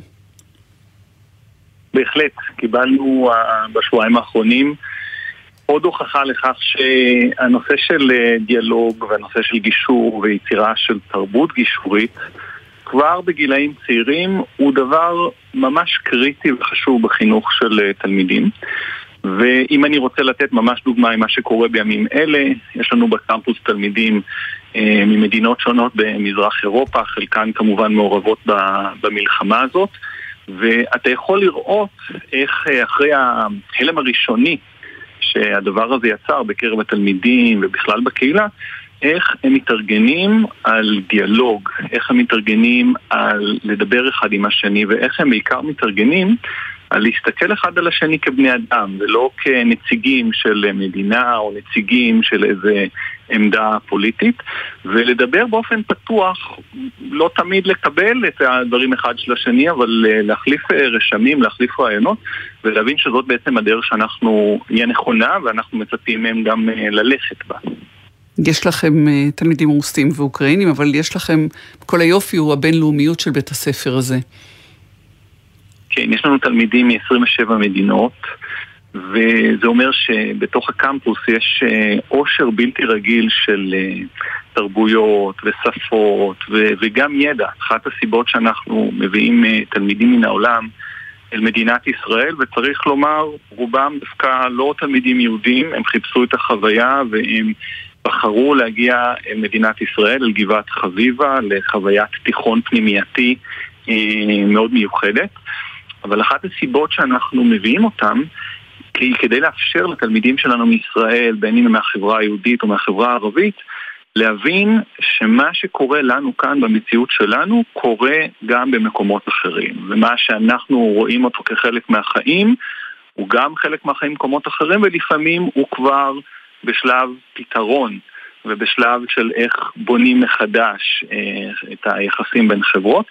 בהחלט, קיבלנו בשבועיים האחרונים עוד הוכחה לכך שהנושא של דיאלוג והנושא של גישור ויצירה של תרבות גישורית כבר בגילאים צעירים הוא דבר ממש קריטי וחשוב בחינוך של תלמידים. ואם אני רוצה לתת ממש דוגמה עם מה שקורה בימים אלה, יש לנו בקמפוס תלמידים אה, ממדינות שונות במזרח אירופה, חלקן כמובן מעורבות במלחמה הזאת, ואתה יכול לראות איך אחרי ההלם הראשוני שהדבר הזה יצר בקרב התלמידים ובכלל בקהילה, איך הם מתארגנים על דיאלוג, איך הם מתארגנים על לדבר אחד עם השני, ואיך הם בעיקר מתארגנים על להסתכל אחד על השני כבני אדם, ולא כנציגים של מדינה או נציגים של איזה עמדה פוליטית, ולדבר באופן פתוח, לא תמיד לקבל את הדברים אחד של השני, אבל להחליף רשמים, להחליף רעיונות, ולהבין שזאת בעצם הדרך שאנחנו נהיה נכונה, ואנחנו מצפים מהם גם ללכת בה. יש לכם תלמידים רוסים ואוקראינים, אבל יש לכם, כל היופי הוא הבינלאומיות של בית הספר הזה. כן, יש לנו תלמידים מ-עשרים ושבע מדינות, וזה אומר שבתוך הקמפוס יש עושר בלתי רגיל של תרבויות ושפות ו- וגם ידע. אחת הסיבות שאנחנו מביאים תלמידים מן העולם אל מדינת ישראל, וצריך לומר, רובם דווקא לא תלמידים יהודים, הם חיפשו את החוויה והם בחרו להגיע אל מדינת ישראל, אל גבעת חביבה, לחוויית תיכון פנימייתי מאוד מיוחדת. אבל אחת הסיבות שאנחנו מביאים אותם, כי כדי לאפשר לתלמידים שלנו מישראל, בין אם מהחברה היהודית או מהחברה הערבית, להבין שמה שקורה לנו כאן במציאות שלנו, קורה גם במקומות אחרים. ומה שאנחנו רואים אותו כחלק מהחיים, הוא גם חלק מהחיים במקומות אחרים, ולפעמים הוא כבר בשלב פתרון, ובשלב של איך בונים מחדש אה, את היחסים בין חברות,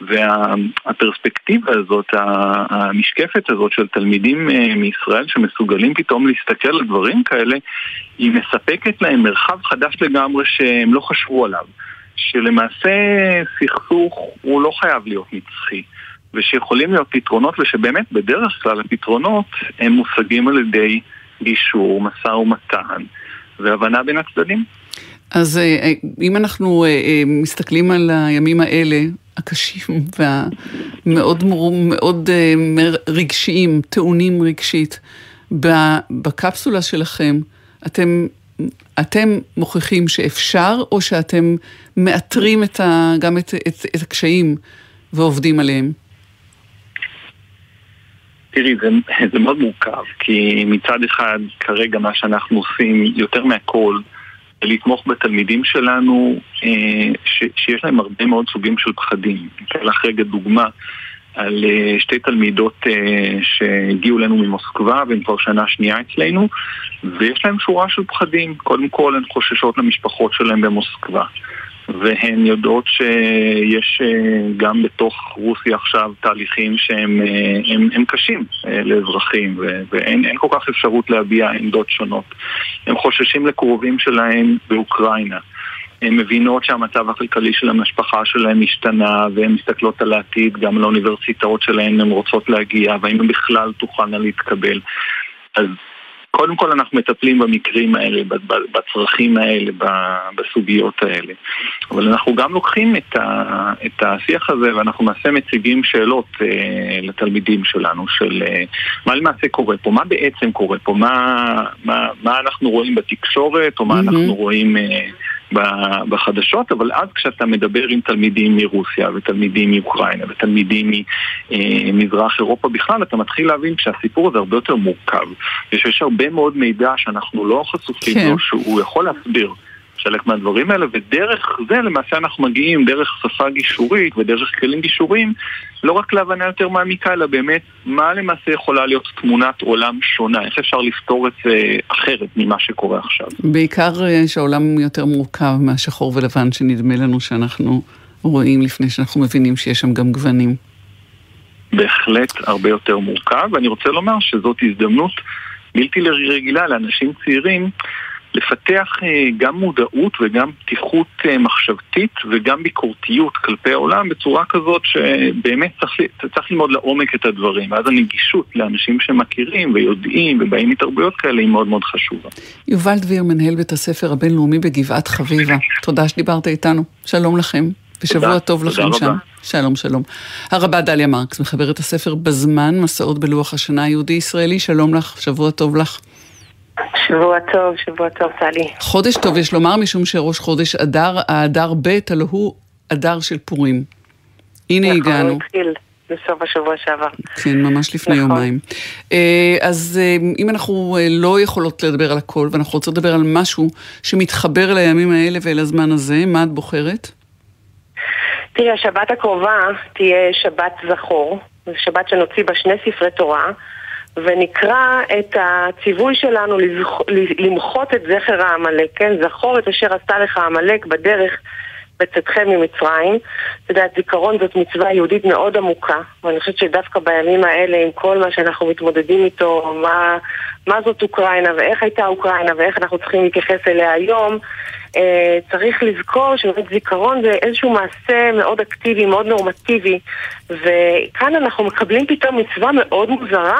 והפרספקטיבה הזאת, המשקפת הזאת של תלמידים אה, מישראל שמסוגלים פתאום להסתכל על דברים כאלה, היא מספקת להם מרחב חדש לגמרי שהם לא חשבו עליו, שלמעשה סכסוך הוא לא חייב להיות נצחי, ושיכולים להיות פתרונות, ושבאמת בדרך כלל הפתרונות הם מושגים על ידי גישור, משא ומתן, והבנה בין הצדדים. אז אם אנחנו מסתכלים על הימים האלה, הקשים והמאוד מאוד רגשיים, טעונים רגשית, בקפסולה שלכם, אתם, אתם מוכיחים שאפשר, או שאתם מאתרים את ה, גם את, את, את הקשיים ועובדים עליהם? תראי, זה, זה מאוד מורכב, כי מצד אחד כרגע מה שאנחנו עושים יותר מהכל, לתמוך בתלמידים שלנו ש, שיש להם הרבה מאוד סוגים של פחדים. אתן לך רגע דוגמה על שתי תלמידות שהגיעו לנו ממוסקבה והן כבר שנה שנייה אצלנו, ויש להם שורה של פחדים. קודם כל הן חוששות למשפחות שלהם במוסקבה, והן יודעות שיש גם בתוך רוסיה עכשיו תהליכים שהם הם, הם קשים לאזרחים, ואין אין כל כך אפשרות להביע עמדות שונות. הם חוששים לקרובים שלהם באוקראינה. הן מבינות שהמצב הכלכלי של המשפחה שלהם השתנה, והן מסתכלות על העתיד, גם לאוניברסיטאות שלהן הן רוצות להגיע, והאם הן בכלל תוכלנה להתקבל. אז קודם כל אנחנו מטפלים במקרים האלה, בצרכים האלה, בסוגיות האלה. אבל אנחנו גם לוקחים את, ה, את השיח הזה, ואנחנו מעשה מציגים שאלות אה, לתלמידים שלנו, של אה, מה למעשה קורה פה, מה בעצם קורה פה, מה, מה, מה אנחנו רואים בתקשורת, או מה mm-hmm. אנחנו רואים אה, בחדשות, אבל אז כשאתה מדבר עם תלמידים מרוסיה, ותלמידים מאוקראינה, ותלמידים ממזרח אירופה בכלל, אתה מתחיל להבין שהסיפור הזה הרבה יותר מורכב. יש הרבה מאוד מידע שאנחנו לא חשופים לו, שהוא יכול להסביר חלק מהדברים האלה, ודרך זה למעשה אנחנו מגיעים דרך שפה גישורית ודרך כלים גישוריים, לא רק להבנה יותר מעמיקה, אלא באמת מה למעשה יכולה להיות תמונת עולם שונה, איך אפשר לפתור את זה אחרת ממה שקורה עכשיו. בעיקר שהעולם יותר מורכב מהשחור ולבן שנדמה לנו שאנחנו רואים לפני שאנחנו מבינים שיש שם גם גוונים. בהחלט הרבה יותר מורכב, ואני רוצה לומר שזאת הזדמנות בלתי רגילה לאנשים צעירים, לפתח גם מודעות וגם פתיחות מחשבתית וגם ביקורתיות כלפי העולם בצורה כזאת שבאמת צריך, צריך ללמוד לעומק את הדברים. ואז הנגישות לאנשים שמכירים ויודעים ובאים מתרבויות כאלה היא מאוד מאוד חשובה. יובל דביר, מנהל בית הספר הבינלאומי בגבעת חביבה. תודה שדיברת איתנו. שלום לכם ושבוע טוב לכם שם. שלום, שלום. הרבה דליה מרקס, מחברת הספר בזמן, מסעות בלוח השנה היהודי-ישראלי. שלום לך, שבוע טוב לך. שבוע טוב, שבוע טוב, טלי. חודש טוב יש לומר, משום שראש חודש אדר, האדר ב' הלא הוא אדר של פורים. הנה הגענו. נכון, התחיל בסוף השבוע שעבר. כן, ממש לפני נכון. יומיים. אז אם אנחנו לא יכולות לדבר על הכל, ואנחנו רוצות לדבר על משהו שמתחבר לימים האלה ואל הזמן הזה, מה את בוחרת? תראי, השבת הקרובה תהיה שבת זכור, זו שבת שנוציא בה שני ספרי תורה, ונקרא את הציווי שלנו למחות את זכר העמלק, כן? זכור את אשר עשתה לך העמלק בדרך בצאתכם ממצרים. אתה יודע, זיכרון זאת מצווה יהודית מאוד עמוקה, ואני חושבת שדווקא בימים האלה, עם כל מה שאנחנו מתמודדים איתו, מה, מה זאת אוקראינה ואיך הייתה אוקראינה ואיך אנחנו צריכים להתייחס אליה היום, אה, צריך לזכור שבאמת זיכרון זה איזשהו מעשה מאוד אקטיבי, מאוד נורמטיבי, וכאן אנחנו מקבלים פתאום מצווה מאוד מוזרה,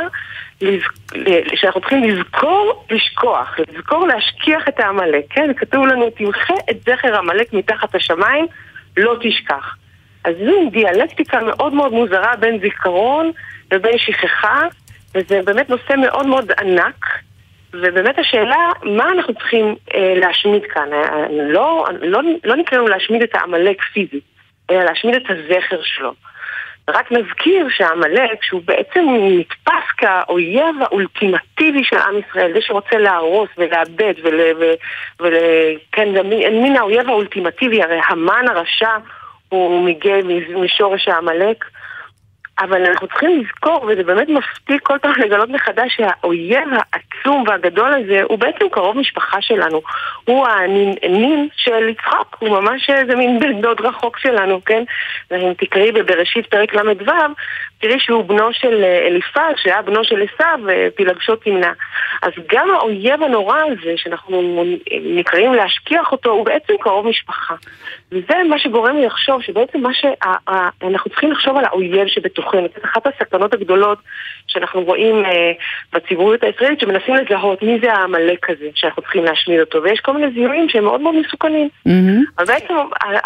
שאנחנו צריכים לזכור לשכוח, לזכור להשכיח את העמלק, כן? כתוב לנו, תמחה את זכר העמלק מתחת השמיים, לא תשכח. אז זו דיאלקטיקה מאוד מאוד מוזרה בין זיכרון ובין שכחה, וזה באמת נושא מאוד מאוד ענק, ובאמת השאלה, מה אנחנו צריכים אה, להשמיד כאן? לא, לא, לא נקראנו להשמיד את העמלק פיזית, אלא להשמיד את הזכר שלו. רק נזכיר שהעמלק, שהוא בעצם נתפס כאויב האולטימטיבי של עם ישראל, זה שרוצה להרוס ולאבד, ול, ול, ול, כן, מן האויב האולטימטיבי, הרי המן הרשע הוא מגיע משורש העמלק, אבל אנחנו צריכים לזכור, וזה באמת מפתיע כל פעם לגלות מחדש שהאויב העצום והגדול הזה הוא בעצם קרוב משפחה שלנו. הוא הנין של יצחק, הוא ממש איזה מין בן דוד רחוק שלנו, כן? ואם תקראי בבראשית פרק למד ו', תראי שהוא בנו של אליפז, שהיה בנו של עשיו, פילגשו תמנע. אז גם האויב הנורא הזה, שאנחנו נקראים להשכיח אותו, הוא בעצם קרוב משפחה. וזה מה שגורם לי לחשוב, שבעצם מה שאנחנו צריכים לחשוב על האויב שבתוכנו. זאת אחת הסכנות הגדולות שאנחנו רואים בציבוריות הישראלית, שמנסים לזהות מי זה העמלק הזה, שאנחנו צריכים להשמיד אותו. ויש כל מיני זיהויים שהם מאוד מאוד מסוכנים. אבל בעצם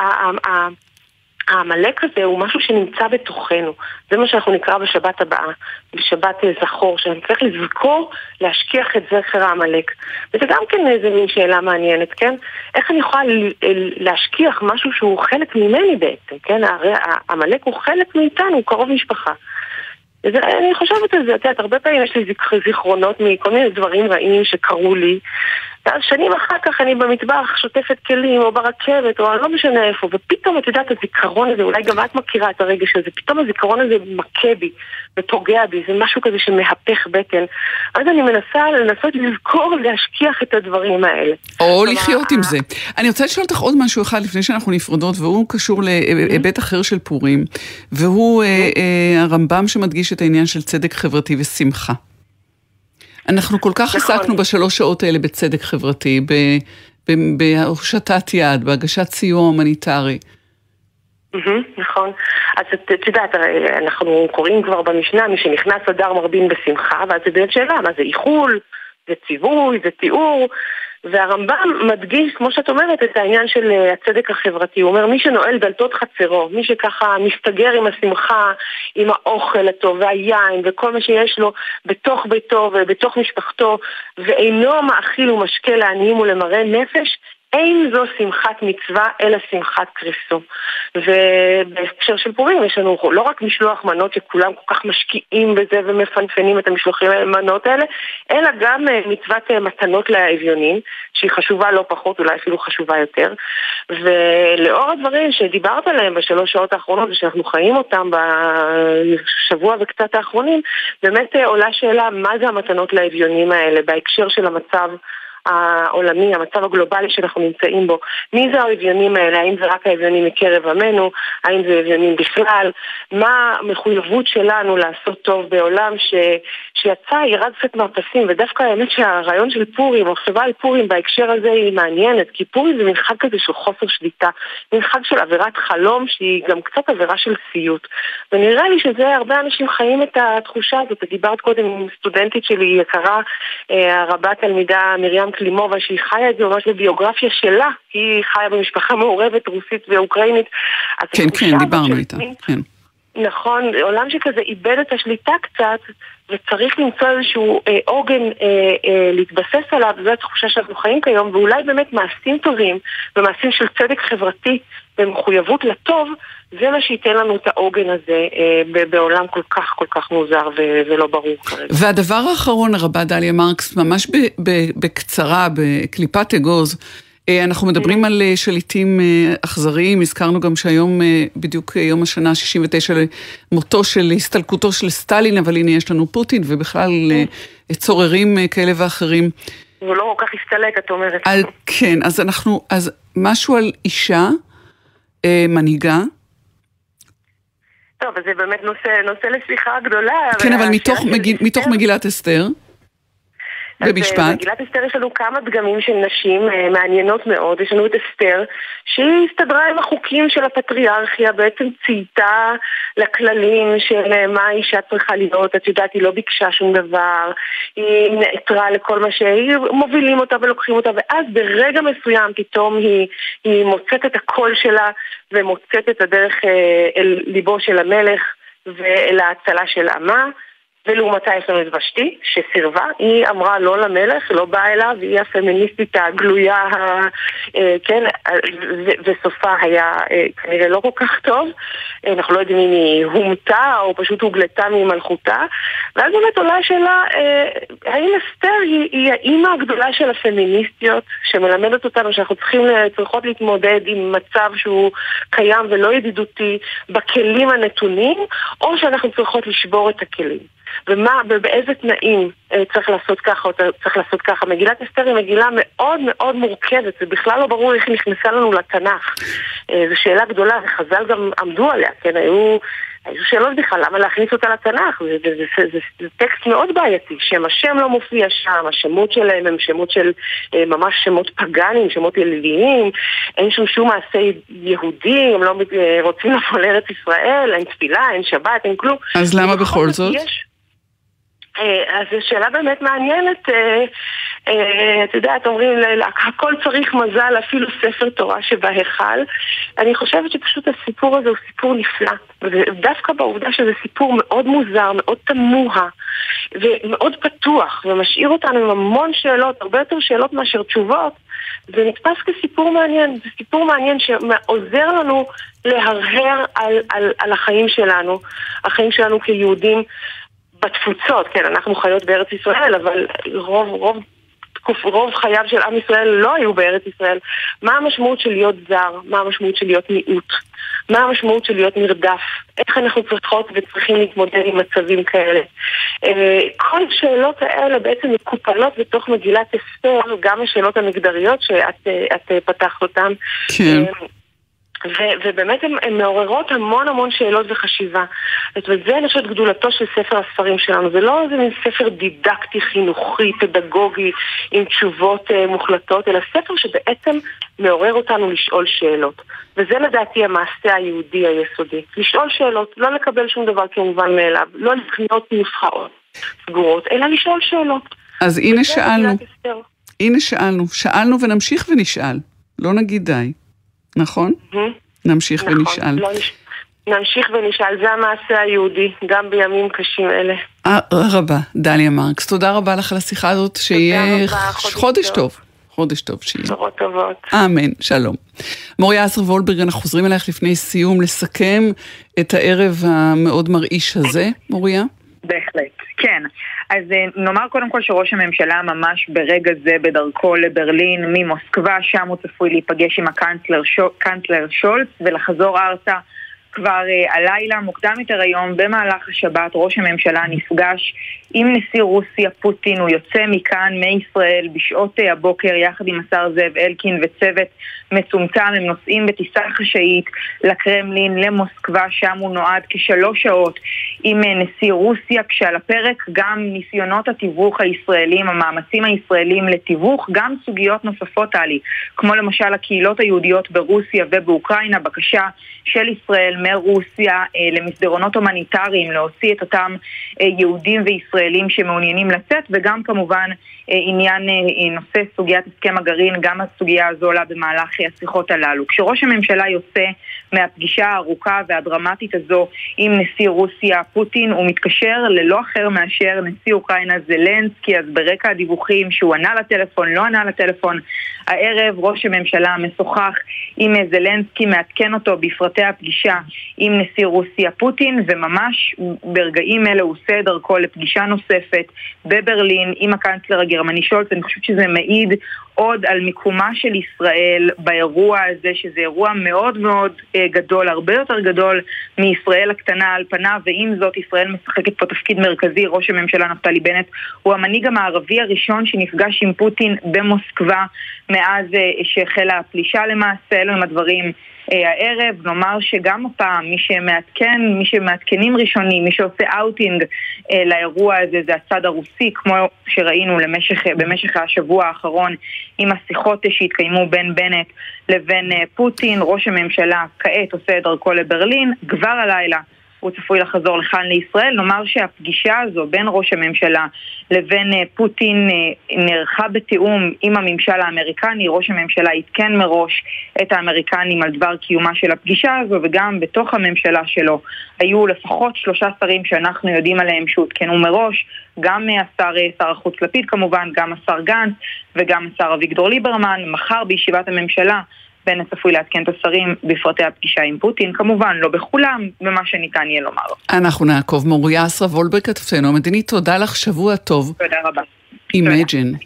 העמלק הזה הוא משהו שנמצא בתוכנו. זה מה שאנחנו נקרא בשבת הבאה, בשבת זכור, שאני צריך לזכור להשכיח את זכר העמלק. וזה גם כן איזו שאלה מעניינת, כן? איך אני יכולה להשכיח משהו שהוא חלק ממני בעצם, כן? הרי העמלק הוא חלק מאיתנו, הוא קרוב משפחה. וזה, אני חושבת על זה, את יודעת, הרבה פעמים יש לי זיכרונות מכל מיני דברים רעים שקרו לי, ואז שנים אחר כך אני במטבח שוטפת כלים או ברכבת או לא משנה איפה, ופתאום את יודעת הזיכרון הזה, אולי גם את מכירה את הרגש הזה, פתאום הזיכרון הזה מכה בי ופוגע בי, זה משהו כזה שמהפך בטן. אז אני מנסה לנסות לזכור להשכיח את הדברים האלה. או לחיות עם זה. אני רוצה לשאול אותך עוד משהו אחד לפני שאנחנו נפרדות, והוא קשור להיבט אחר של פורים, והוא הרמב"ם שמדגיש את העניין של צדק חברתי ושמחה. אנחנו כל כך עסקנו בשלוש שעות האלה בצדק חברתי, בהושטת יד, בהגשת סיוע הומניטרי. נכון. אז את יודעת, אנחנו קוראים כבר במשנה, מי שנכנס אדר מרבין בשמחה, ואז זה באמת שאלה, מה זה איחול, זה ציווי, זה תיאור, והרמב"ם מדגיש, כמו שאת אומרת, את העניין של הצדק החברתי. הוא אומר, מי שנועל דלתות חצרו, מי שככה מסתגר עם השמחה, עם האוכל הטוב והיין וכל מה שיש לו בתוך ביתו ובתוך משפחתו, ואינו מאכיל ומשקה לעניים ולמראה נפש, אין זו שמחת מצווה, אלא שמחת קריסו. ובהקשר של פורים יש לנו לא רק משלוח מנות שכולם כל כך משקיעים בזה ומפנפנים את המשלוחים המנות האלה, אלא גם מצוות מתנות לאביונים, שהיא חשובה לא פחות, אולי אפילו חשובה יותר. ולאור הדברים שדיברת עליהם בשלוש שעות האחרונות, ושאנחנו חיים אותם בשבוע וקצת האחרונים, באמת עולה שאלה מה זה המתנות לאביונים האלה, בהקשר של המצב העולמי, המצב הגלובלי שאנחנו נמצאים בו. מי זה האביונים האלה? האם זה רק האביונים מקרב עמנו? האם זה אביונים בכלל? מה המחויבות שלנו לעשות טוב בעולם ש... שיצא, ירד קצת מהפסים, ודווקא האמת שהרעיון של פורים, או חשבה על פורים בהקשר הזה היא מעניינת, כי פורים זה מין חג כזה של חוסר שליטה, מין חג של עבירת חלום שהיא גם קצת עבירה של סיוט. ונראה לי שזה, הרבה אנשים חיים את התחושה הזאת. דיברת קודם עם סטודנטית שלי יקרה, הרבה תלמידה מרים קלימובה, שהיא חיה את זה ממש בביוגרפיה שלה, היא חיה במשפחה מעורבת רוסית ואוקראינית. כן, כן, דיברנו איתה, כן. נכון, עולם שכזה איבד את השליטה קצת, וצריך למצוא איזשהו אה, עוגן אה, אה, להתבסס עליו, זו התחושה שאנחנו חיים כיום, ואולי באמת מעשים טובים, ומעשים של צדק חברתי, ומחויבות לטוב, זה מה שייתן לנו את העוגן הזה אה, בעולם כל כך כל כך מוזר ו- ולא ברור כרגע. והדבר האחרון, הרבה דליה מרקס, ממש ב- ב- בקצרה, בקליפת אגוז, אנחנו מדברים על שליטים אכזריים, הזכרנו גם שהיום בדיוק יום השנה ה-שישים ותשע למותו של הסתלקותו של סטלין, אבל הנה יש לנו פוטין ובכלל צוררים כאלה ואחרים. הוא לא כל כך הסתלק, את אומרת. על, כן, אז אנחנו, אז משהו על אישה, מנהיגה. טוב, אז זה באמת נושא, נושא לשיחה גדולה. כן, אבל מתוך, מגיל, מתוך מגילת אסתר. במשפט. במגילת אסתר יש לנו כמה דגמים של נשים מעניינות מאוד. יש לנו את אסתר שהיא הסתדרה עם החוקים של הפטריארכיה, בעצם צייתה לכללים של מה האישה צריכה להיות. את יודעת, היא לא ביקשה שום דבר, היא נעתרה לכל מה שמובילים אותה ולוקחים אותה, ואז ברגע מסוים פתאום היא, היא מוצאת את הקול שלה ומוצאת את הדרך אל ליבו של המלך ואל ההצלה של עמה. ולעומתה יש לנו את ושתי, שסירבה, היא אמרה לא למלך, לא באה אליו, והיא הפמיניסטית הגלויה, כן, וסופה היה כנראה לא כל כך טוב, אנחנו לא יודעים אם היא הומתה או פשוט הוגלתה ממלכותה, ואז באמת עולה השאלה, האם אסתר היא, היא האימא הגדולה של הפמיניסטיות, שמלמדת אותנו שאנחנו צריכים, צריכות להתמודד עם מצב שהוא קיים ולא ידידותי, בכלים הנתונים, או שאנחנו צריכות לשבור את הכלים. ומה, ובאיזה תנאים צריך לעשות ככה, או צריך לעשות ככה. מגילת אסתר היא מגילה מאוד מאוד מורכבת, זה בכלל לא ברור איך היא נכנסה לנו לתנ"ך. זו שאלה גדולה, וחז"ל גם עמדו עליה, כן, היו, היו שאלות בכלל, למה להכניס אותה לתנ"ך? זה, זה, זה, זה, זה, זה טקסט מאוד בעייתי, שם השם לא מופיע שם, השמות שלהם הם שמות של ממש שמות פגנים, שמות ילדיים, אין שום שום מעשה יהודי, הם לא רוצים לבוא לארץ ישראל, אין תפילה, אין שבת, אין כלום. אז למה בכל זאת? יש... אז זו שאלה באמת מעניינת, את יודעת, אומרים, הכל צריך מזל, אפילו ספר תורה שבהיכל. אני חושבת שפשוט הסיפור הזה הוא סיפור נפלא, ודווקא בעובדה שזה סיפור מאוד מוזר, מאוד תמוה, ומאוד פתוח, ומשאיר אותנו עם המון שאלות, הרבה יותר שאלות מאשר תשובות, זה נתפס כסיפור מעניין, זה סיפור מעניין שעוזר לנו להרהר על, על, על החיים שלנו, החיים שלנו כיהודים, בתפוצות, כן, אנחנו חיות בארץ ישראל, אבל רוב, רוב, רוב חייו של עם ישראל לא היו בארץ ישראל. מה המשמעות של להיות זר? מה המשמעות של להיות מיעוט? מה המשמעות של להיות נרדף? איך אנחנו צריכות וצריכים להתמודד עם מצבים כאלה? כל השאלות האלה בעצם מקופלות בתוך מגילת אסתר, גם השאלות המגדריות שאת את פתחת אותן. כן. ו- ובאמת הן מעוררות המון המון שאלות וחשיבה. וזה אני חושבת גדולתו של ספר הספרים שלנו. זה לא איזה מין ספר דידקטי, חינוכי, פדגוגי, עם תשובות uh, מוחלטות, אלא ספר שבעצם מעורר אותנו לשאול שאלות. וזה לדעתי המעשה היהודי היסודי. לשאול שאלות, לא לקבל שום דבר כמובן מאליו, לא לקנות נוסחאות סגורות, אלא לשאול שאלות. אז הנה שאלנו. הנה שאלנו. שאלנו ונמשיך ונשאל. לא נגיד די. נכון? נמשיך ונשאל. נמשיך ונשאל, זה המעשה היהודי, גם בימים קשים אלה. רבה, דליה מרקס, תודה רבה לך על השיחה הזאת, שיהיה חודש טוב. חודש טוב שיהיה. בשורות טובות. אמן, שלום. מוריה אסר וולברג, אנחנו חוזרים אלייך לפני סיום לסכם את הערב המאוד מרעיש הזה, מוריה? בהחלט, כן. אז נאמר קודם כל שראש הממשלה ממש ברגע זה בדרכו לברלין ממוסקבה, שם הוא צפוי להיפגש עם הקנצלר שולץ ולחזור ארצה כבר הלילה. מוקדם יותר היום במהלך השבת ראש הממשלה נפגש עם נשיא רוסיה פוטין. הוא יוצא מכאן מישראל בשעות הבוקר יחד עם השר זאב אלקין וצוות מצומצם. הם נוסעים בטיסה חשאית לקרמלין למוסקבה, שם הוא נועד כשלוש שעות עם נשיא רוסיה, כשעל הפרק גם ניסיונות התיווך הישראלים, המאמצים הישראלים לתיווך, גם סוגיות נוספות עלי, כמו למשל הקהילות היהודיות ברוסיה ובאוקראינה, בקשה של ישראל מרוסיה למסדרונות הומניטריים, להוציא את אותם יהודים וישראלים שמעוניינים לצאת, וגם כמובן עניין נושא סוגיית הסכם הגרעין, גם הסוגיה הזו עולה במהלך השיחות הללו. כשראש הממשלה יוצא מהפגישה הארוכה והדרמטית הזו עם נשיא רוסיה פוטין, הוא מתקשר ללא אחר מאשר נשיא אוקראינה זלנסקי. אז ברקע הדיווחים שהוא ענה לטלפון, לא ענה לטלפון, הערב ראש הממשלה משוחח עם זלנסקי, מעדכן אותו בפרטי הפגישה עם נשיא רוסיה פוטין, וממש ברגעים אלה הוא עושה דרכו לפגישה נוספת בברלין עם הקנצלר הגרמני שולץ. אני חושבת שזה מעיד עוד על מיקומה של ישראל באירוע הזה, שזה אירוע מאוד מאוד גדול, הרבה יותר גדול מישראל הקטנה על פניו, ועם זאת ישראל משחקת פה תפקיד מרכזי. ראש הממשלה נפתלי בנט הוא המנהיג המערבי הראשון שנפגש עם פוטין במוסקבה מאז שהחלה הפלישה למעשה. אלו הם הדברים הערב. נאמר שגם הפעם מי שמעדכן, מי שמעדכנים ראשונים, מי שעושה אאוטינג לאירוע הזה זה הצד הרוסי, כמו שראינו למשך, במשך השבוע האחרון עם השיחות שהתקיימו בין בנט לבין פוטין. ראש הממשלה כעת עושה את דרכו לברלין, כבר הלילה הוא צפוי לחזור לכאן לישראל. נאמר שהפגישה הזו בין ראש הממשלה לבין פוטין נערכה בתיאום עם הממשל האמריקני. ראש הממשלה התקן מראש את האמריקנים על דבר קיומה של הפגישה הזו, וגם בתוך הממשלה שלו היו לפחות שלושה שרים שאנחנו יודעים עליהם שהותקנו מראש, גם השר, שר החוץ לפיד כמובן, גם השר גנץ וגם השר אביגדור ליברמן. מחר בישיבת הממשלה בנט צפוי לעדכן את השרים בפרטי הפגישה עם פוטין, כמובן לא בכולם, במה שניתן יהיה לומר. אנחנו נעקוב. מוריה אסרה וולברג, כתבתנו המדיני, תודה לך, שבוע טוב. תודה רבה. Imagine.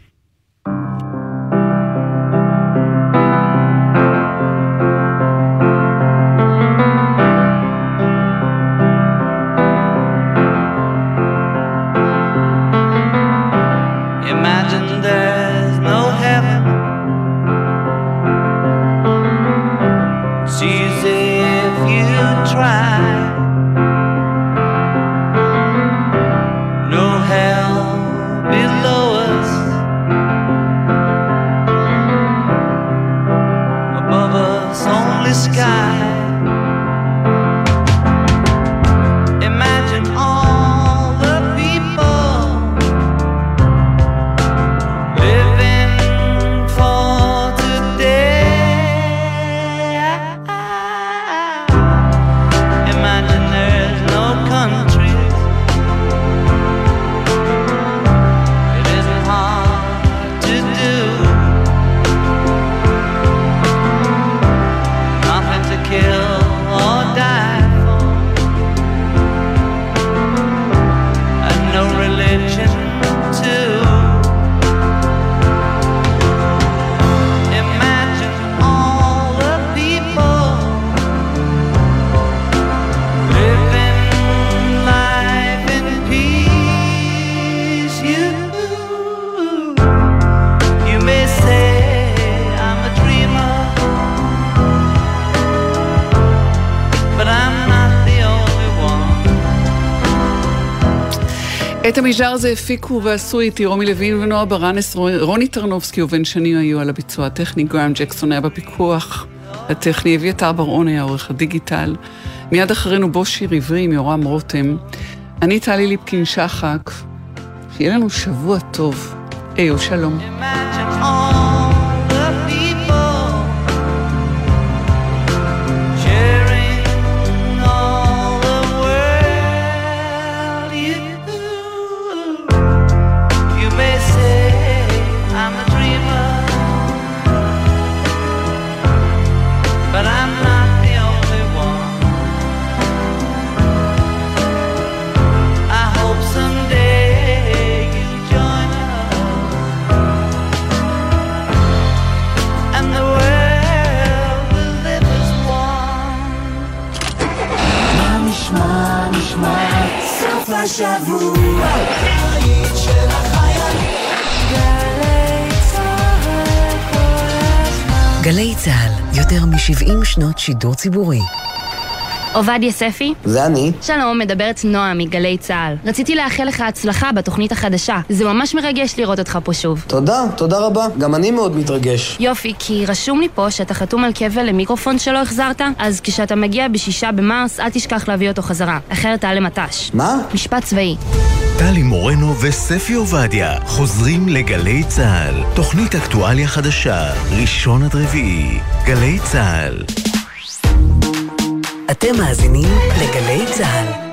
את המשדר הזה הפיקו ועשו איתי רומי לוין ונועה ברנס, רוני טרנובסקי ובן שני היו על הביצוע הטכני, גרם ג'קסון היה בפיקוח הטכני, אביתר בר-און היה עורך הדיגיטל, מיד אחרינו בו שיר עברי עם יורם רותם. אני טלי ליפקין שחק, שיהיה לנו שבוע טוב. היו שלום. השבוע היית של החיילים גלי צהל כל הזמן. גלי צהל, יותר מ-שבעים שנות שידור ציבורי. עובדיה ספי? זה אני. שלום, מדברת נועה מגלי צהל. רציתי לאחל לך הצלחה בתוכנית החדשה. זה ממש מרגש לראות אותך פה שוב. תודה, תודה רבה. גם אני מאוד מתרגש. יופי, כי רשום לי פה שאתה חתום על כבל למיקרופון שלא החזרת, אז כשאתה מגיע בשישה במרס, אל תשכח להביא אותו חזרה. אחרת תעלה מטש. מה? משפט צבאי. טלי מורנו וספי עובדיה חוזרים לגלי צהל. תוכנית אקטואליה חדשה, ראשון עד רביעי. גלי צהל. אתם מאזינים לגלי צהל.